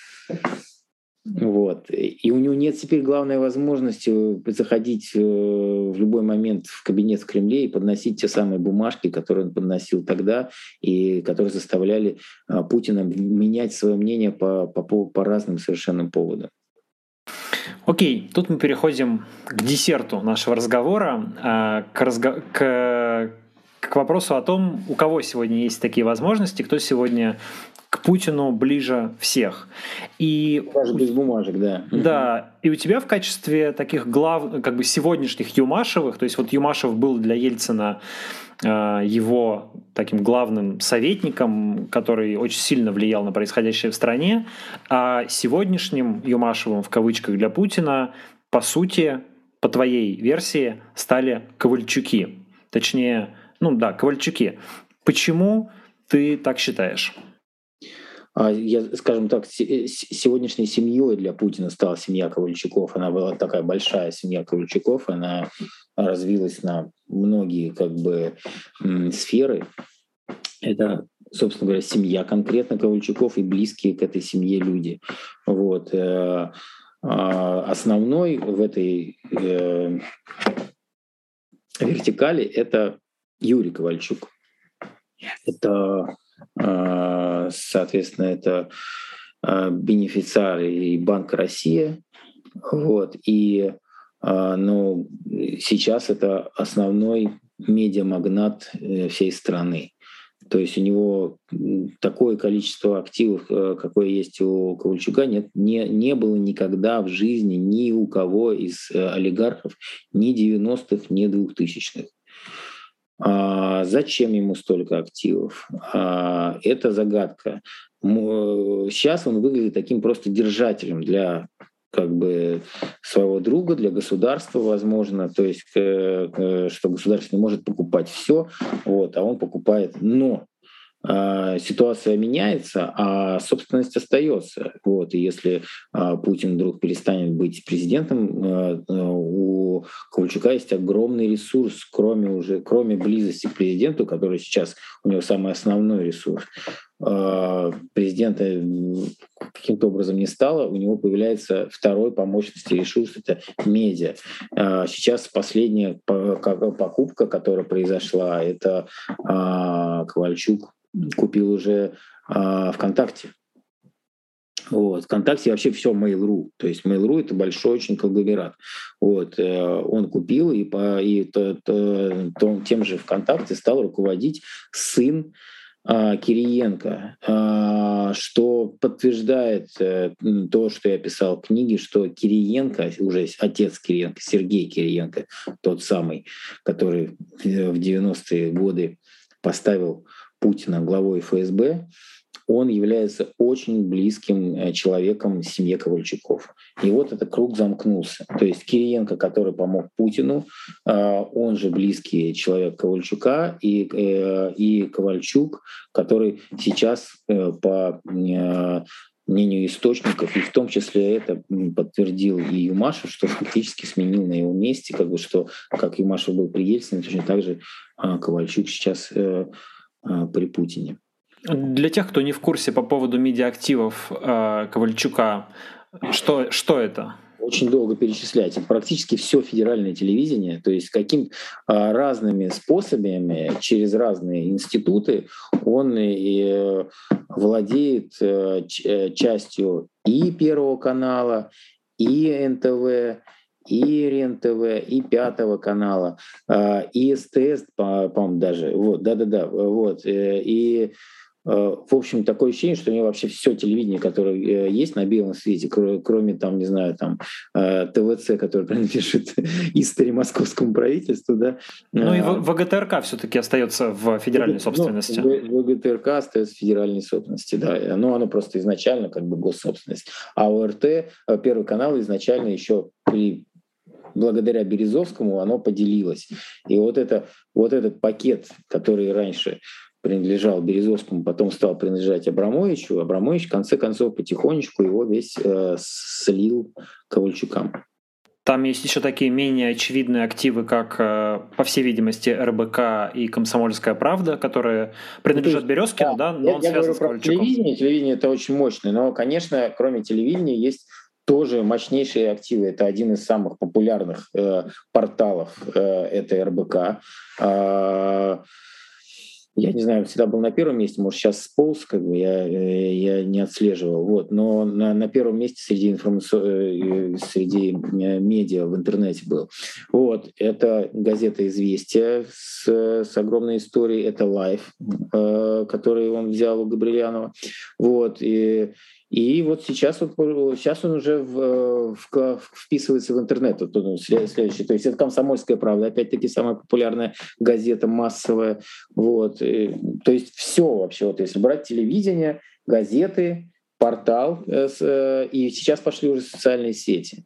[SPEAKER 2] Вот. И у него нет теперь главной возможности заходить в любой момент в кабинет в Кремле и подносить те самые бумажки, которые он подносил тогда, и которые заставляли Путина менять свое мнение по, по, по разным совершенно поводам.
[SPEAKER 1] Окей, тут мы переходим к десерту нашего разговора, к, разго... к... к вопросу о том, у кого сегодня есть такие возможности, кто сегодня к Путину ближе всех. И
[SPEAKER 2] даже без бумажек, да.
[SPEAKER 1] Да, и у тебя в качестве таких глав, как бы сегодняшних Юмашевых, то есть вот Юмашев был для Ельцина э, его таким главным советником, который очень сильно влиял на происходящее в стране, а сегодняшним Юмашевым в кавычках для Путина, по сути, по твоей версии, стали Ковальчуки. Точнее, ну да, Ковальчуки. Почему ты так считаешь?
[SPEAKER 2] Я, скажем так, сегодняшней семьей для Путина стала семья Ковальчуков. Она была такая большая семья Ковальчуков, она развилась на многие как бы сферы. Это, собственно говоря, семья конкретно Ковальчуков и близкие к этой семье люди. Вот. Основной в этой вертикали это Юрий Ковальчук. Это соответственно, это бенефициар и Банк Россия. Вот. И ну, сейчас это основной медиамагнат всей страны. То есть у него такое количество активов, какое есть у Ковальчука, нет, не, не было никогда в жизни ни у кого из олигархов ни девяностых, ни двухтысячных. А зачем ему столько активов? А это загадка. Сейчас он выглядит таким просто держателем для как бы своего друга, для государства, возможно, то есть что государство не может покупать все, вот, а он покупает. Но ситуация меняется, а собственность остается. Вот. И если Путин вдруг перестанет быть президентом, у Ковальчука есть огромный ресурс, кроме, уже, кроме близости к президенту, который сейчас у него самый основной ресурс. президента каким-то образом не стало, у него появляется второй по мощности ресурс — это медиа. Сейчас последняя покупка, которая произошла, это Ковальчук купил уже ВКонтакте. Вот. ВКонтакте вообще все Mail.ru. То есть Mail.ru — это большой очень конгломерат. Вот. Он купил, и, по, и то, то, то, тем же ВКонтакте стал руководить сын а, Кириенко, а, что подтверждает а, то, что я писал в книге, что Кириенко, уже отец Кириенко, Сергей Кириенко, тот самый, который в девяностые годы поставил Путина главой эф эс бэ, он является очень близким человеком семье Ковальчуков. И вот этот круг замкнулся. То есть Кириенко, который помог Путину, он же близкий человек Ковальчука, и, и Ковальчук, который сейчас, по мнению источников, и в том числе это подтвердил и Юмашев, что фактически сменил на его месте, как бы что, как Юмашев был при Ельцине, точно так же Ковальчук сейчас при Путине.
[SPEAKER 1] Для тех, кто не в курсе по поводу медиаактивов э, Ковальчука, что, что это?
[SPEAKER 2] Очень долго перечислять. Практически все федеральное телевидение, то есть каким а, разными способами, через разные институты он и владеет а, частью и Первого канала, и эн тэ вэ, и РЕН-ТВ, и Пятого канала, и СТС, по-моему, даже. Вот, да-да-да. Вот. И в общем, такое ощущение, что у него вообще все телевидение, которое есть на белом свете, кроме, там, не знаю, там, ТВЦ, который принадлежит истории московскому правительству, да.
[SPEAKER 1] Ну и ВГТРК все-таки остается в федеральной собственности.
[SPEAKER 2] Ну, ВГТРК остается в федеральной собственности, да. Но оно просто изначально как бы госсобственность. А ОРТ, Первый канал, изначально еще при благодаря Березовскому оно поделилось. И вот, это, вот этот пакет, который раньше принадлежал Березовскому, потом стал принадлежать Абрамовичу, Абрамович в конце концов потихонечку его весь э, слил Ковальчукам.
[SPEAKER 1] Там есть еще такие менее очевидные активы, как, по всей видимости, эр бэ ка и «Комсомольская правда», которые принадлежат ну, Березкину, да,
[SPEAKER 2] да,
[SPEAKER 1] но
[SPEAKER 2] я,
[SPEAKER 1] он
[SPEAKER 2] я
[SPEAKER 1] связан
[SPEAKER 2] говорю
[SPEAKER 1] с
[SPEAKER 2] про
[SPEAKER 1] Ковальчуком.
[SPEAKER 2] Телевидение. Телевидение — это очень мощное, но, конечно, кроме телевидения есть тоже мощнейшие активы. Это один из самых популярных э, порталов, э, это эр бэ ка. Э, Я не знаю, всегда был на первом месте, может, сейчас сполз, как бы я, я не отслеживал. Вот. Но на, на первом месте среди, информацион... среди медиа в интернете был. Вот. Это газета «Известия» с, с огромной историей. Это «Лайф», который он взял у Габрилянова. Вот. И, и вот сейчас он, сейчас он уже в, в, вписывается в интернет. Вот, ну, следующий. То есть это «Комсомольская правда», опять-таки самая популярная газета, массовая. Вот. И, то есть все вообще. Вот, если брать телевидение, газеты, портал, э, и сейчас пошли уже социальные сети.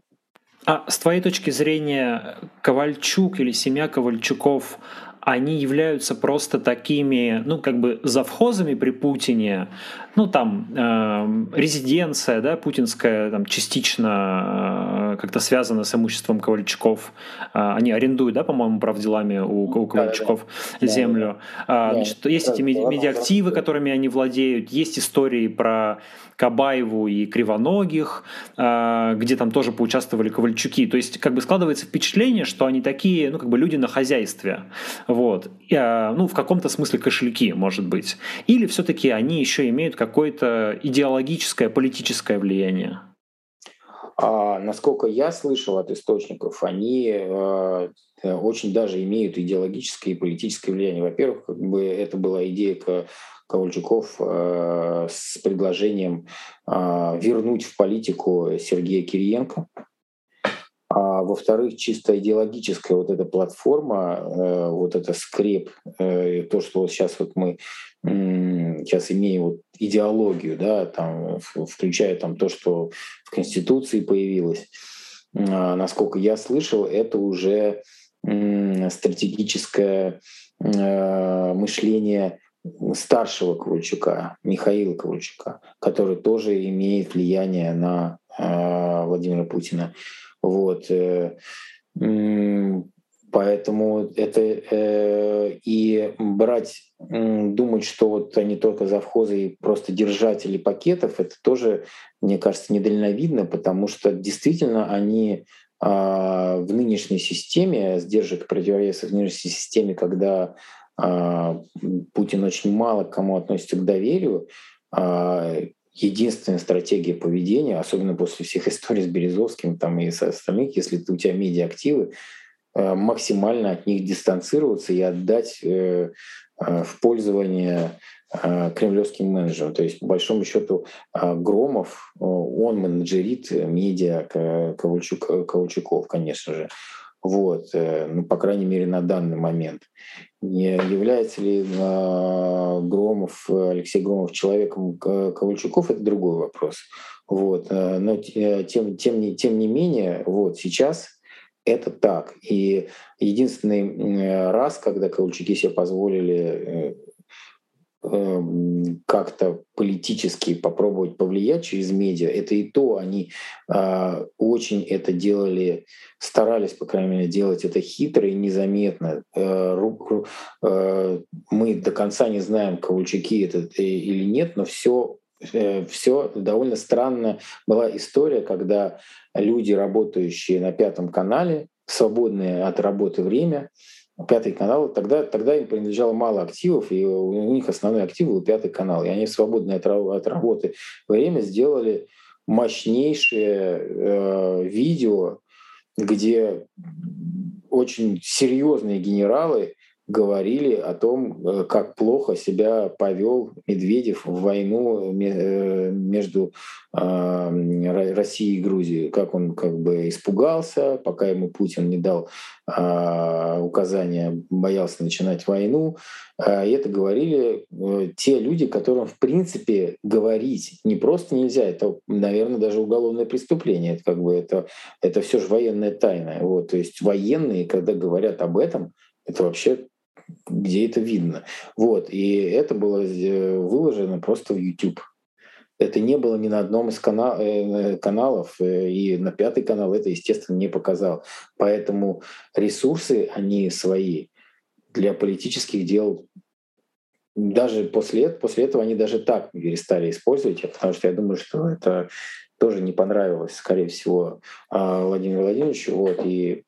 [SPEAKER 1] А с твоей точки зрения, Ковальчук или семья Ковальчуков, они являются просто такими, ну, как бы завхозами при Путине, ну, там, э, резиденция, да, путинская, там, частично э, как-то связана с имуществом Ковальчуков. Э, они арендуют, да, по-моему, правделами у, у Ковальчуков да, да, землю. Да, да. А, значит, да, есть эти меди- медиаактивы, которыми они владеют, есть истории про Кабаеву и Кривоногих, э, где там тоже поучаствовали Ковальчуки. То есть, как бы складывается впечатление, что они такие, ну, как бы люди на хозяйстве. Вот. И, ну, в каком-то смысле кошельки, может быть. Или все-таки они еще имеют какое-то идеологическое, политическое влияние?
[SPEAKER 2] А, насколько я слышал от источников, они э, очень даже имеют идеологическое и политическое влияние. Во-первых, как бы это была идея Ковальчуков э, с предложением э, вернуть в политику Сергея Кириенко. А во-вторых, чисто идеологическая вот эта платформа, э, вот это скреп, э, то, что вот сейчас вот мы э, сейчас имеем вот идеологию, да, там, включая там то, что в Конституции появилось, э, насколько я слышал, это уже э, стратегическое э, мышление старшего Ковальчука, Михаила Ковальчука, который тоже имеет влияние на э, Владимира Путина. Вот. Поэтому это э, и брать, э, думать, что вот они только завхозы и просто держатели пакетов, это тоже, мне кажется, недальновидно, потому что действительно они а, в нынешней системе, сдержек противовесов в нынешней системе, когда а, Путин очень мало к кому относится к доверию, а, единственная стратегия поведения, особенно после всех историй с Березовским там, и со остальных, если у тебя медиа-активы, максимально от них дистанцироваться и отдать э, э, в пользование э, кремлевским менеджерам. То есть, по большому счету, э, Громов, э, он менеджерит медиа Ковальчук, Ковальчуков, конечно же. Вот, э, ну, по крайней мере, на данный момент. Не является ли э, Громов, Алексей Громов человеком Ковальчуков, это другой вопрос. Вот, э, но тем, тем, не, тем не менее, вот сейчас это так. И единственный раз, когда Ковальчуки себе позволили как-то политически попробовать повлиять через медиа, это и то они очень это делали, старались, по крайней мере, делать это хитро и незаметно. Мы до конца не знаем, Ковальчуки это или нет, но все все довольно странно. Была история, когда люди, работающие на Пятом канале, свободное от работы время, Пятый канал, тогда, тогда им принадлежало мало активов, и у них основной актив был Пятый канал. И они в свободное от, от работы время сделали мощнейшее э, видео, где очень серьезные генералы говорили о том, как плохо себя повел Медведев в войну между Россией и Грузией, как он как бы испугался, пока ему Путин не дал указания, боялся начинать войну. И это говорили те люди, которым в принципе говорить не просто нельзя, это, наверное, даже уголовное преступление, это как бы это, это все же военная тайна. Вот, то есть военные, когда говорят об этом, это вообще где это видно. Вот. И это было выложено просто в YouTube. Это не было ни на одном из канал, каналов, и на Пятый канал это, естественно, не показал. Поэтому ресурсы, они свои для политических дел, даже после, после этого они даже так перестали использовать, потому что я думаю, что это тоже не понравилось, скорее всего, Владимиру Владимировичу. Вот. И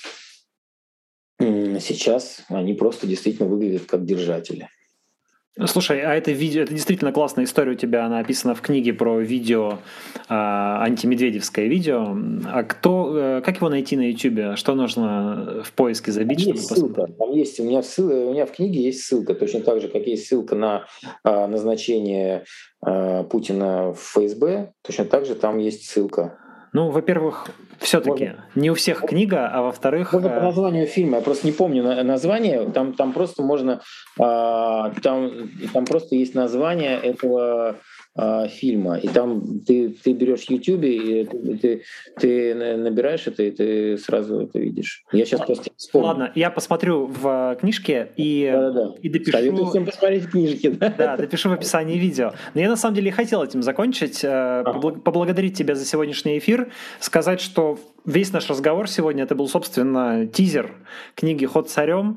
[SPEAKER 2] сейчас они просто действительно выглядят как держатели.
[SPEAKER 1] Слушай, а это видео, это действительно классная история у тебя, она описана в книге про видео, э, антимедведевское видео. А кто, э, как его найти на YouTube? Что нужно в поиске забить?
[SPEAKER 2] Там есть ссылка. Там есть, у меня, в ссыл, у меня в книге есть ссылка, точно так же, как есть ссылка на э, назначение э, Путина в эф эс бэ, точно так же там есть ссылка.
[SPEAKER 1] Ну, во-первых, все-таки не у всех книга, а во-вторых...
[SPEAKER 2] Можно по названию фильма, я просто не помню название, там, там просто можно... Там, там просто есть название этого фильма, и там ты, ты берешь в YouTube, и ты, ты, ты набираешь это, и ты сразу это видишь. Я сейчас просто вспомню.
[SPEAKER 1] Ладно, я посмотрю в книжке и,
[SPEAKER 2] Да-да-да.
[SPEAKER 1] и допишу...
[SPEAKER 2] Советую всем посмотреть книжки. Да?
[SPEAKER 1] Да, допишу в описании видео. Но я на самом деле хотел этим закончить, ага. поблагодарить тебя за сегодняшний эфир, сказать, что весь наш разговор сегодня это был, собственно, тизер книги «Ход царем».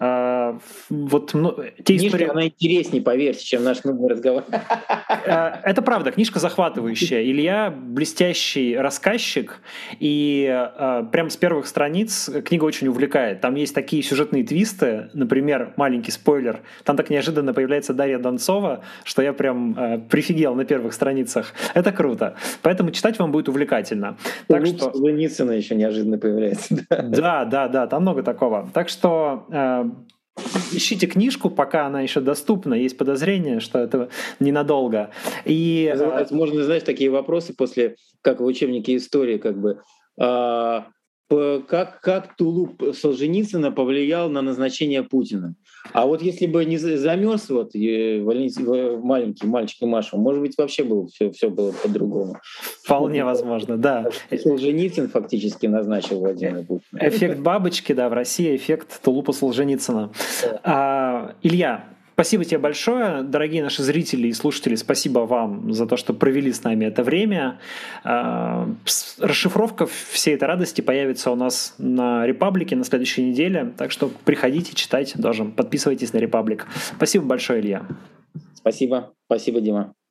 [SPEAKER 1] Вот те
[SPEAKER 2] Книжка,
[SPEAKER 1] истории...
[SPEAKER 2] она интереснее, поверьте, чем наш новый разговор.
[SPEAKER 1] Это правда, книжка захватывающая. Илья блестящий рассказчик, и э, прям с первых страниц книга очень увлекает. Там есть такие сюжетные твисты, например, маленький спойлер, там так неожиданно появляется Дарья Донцова, что я прям э, прифигел на первых страницах. Это круто. Поэтому читать вам будет увлекательно. Так что...
[SPEAKER 2] Солженицына еще неожиданно появляется.
[SPEAKER 1] Да, да, да, там много такого. Так что... Э, ищите книжку, пока она еще доступна. Есть подозрение, что это ненадолго. И
[SPEAKER 2] можно, знаешь, такие вопросы после, как в учебнике истории, как бы. А, как, как тулуп Солженицына повлиял на назначение Путина? А вот если бы не замерз вот маленький мальчик и Маша, может быть, вообще было все, все было по-другому.
[SPEAKER 1] Вполне возможно, да.
[SPEAKER 2] Солженицын фактически назначил Владимира Путина.
[SPEAKER 1] Эффект бабочки, да, в России эффект тулупа Солженицына. А, Илья, Спасибо тебе большое, дорогие наши зрители и слушатели, спасибо вам за то, что провели с нами это время. Расшифровка всей этой радости появится у нас на Репаблике на следующей неделе, так что приходите, читайте, даже подписывайтесь на Репаблик. Спасибо большое, Илья.
[SPEAKER 2] Спасибо, спасибо, Дима.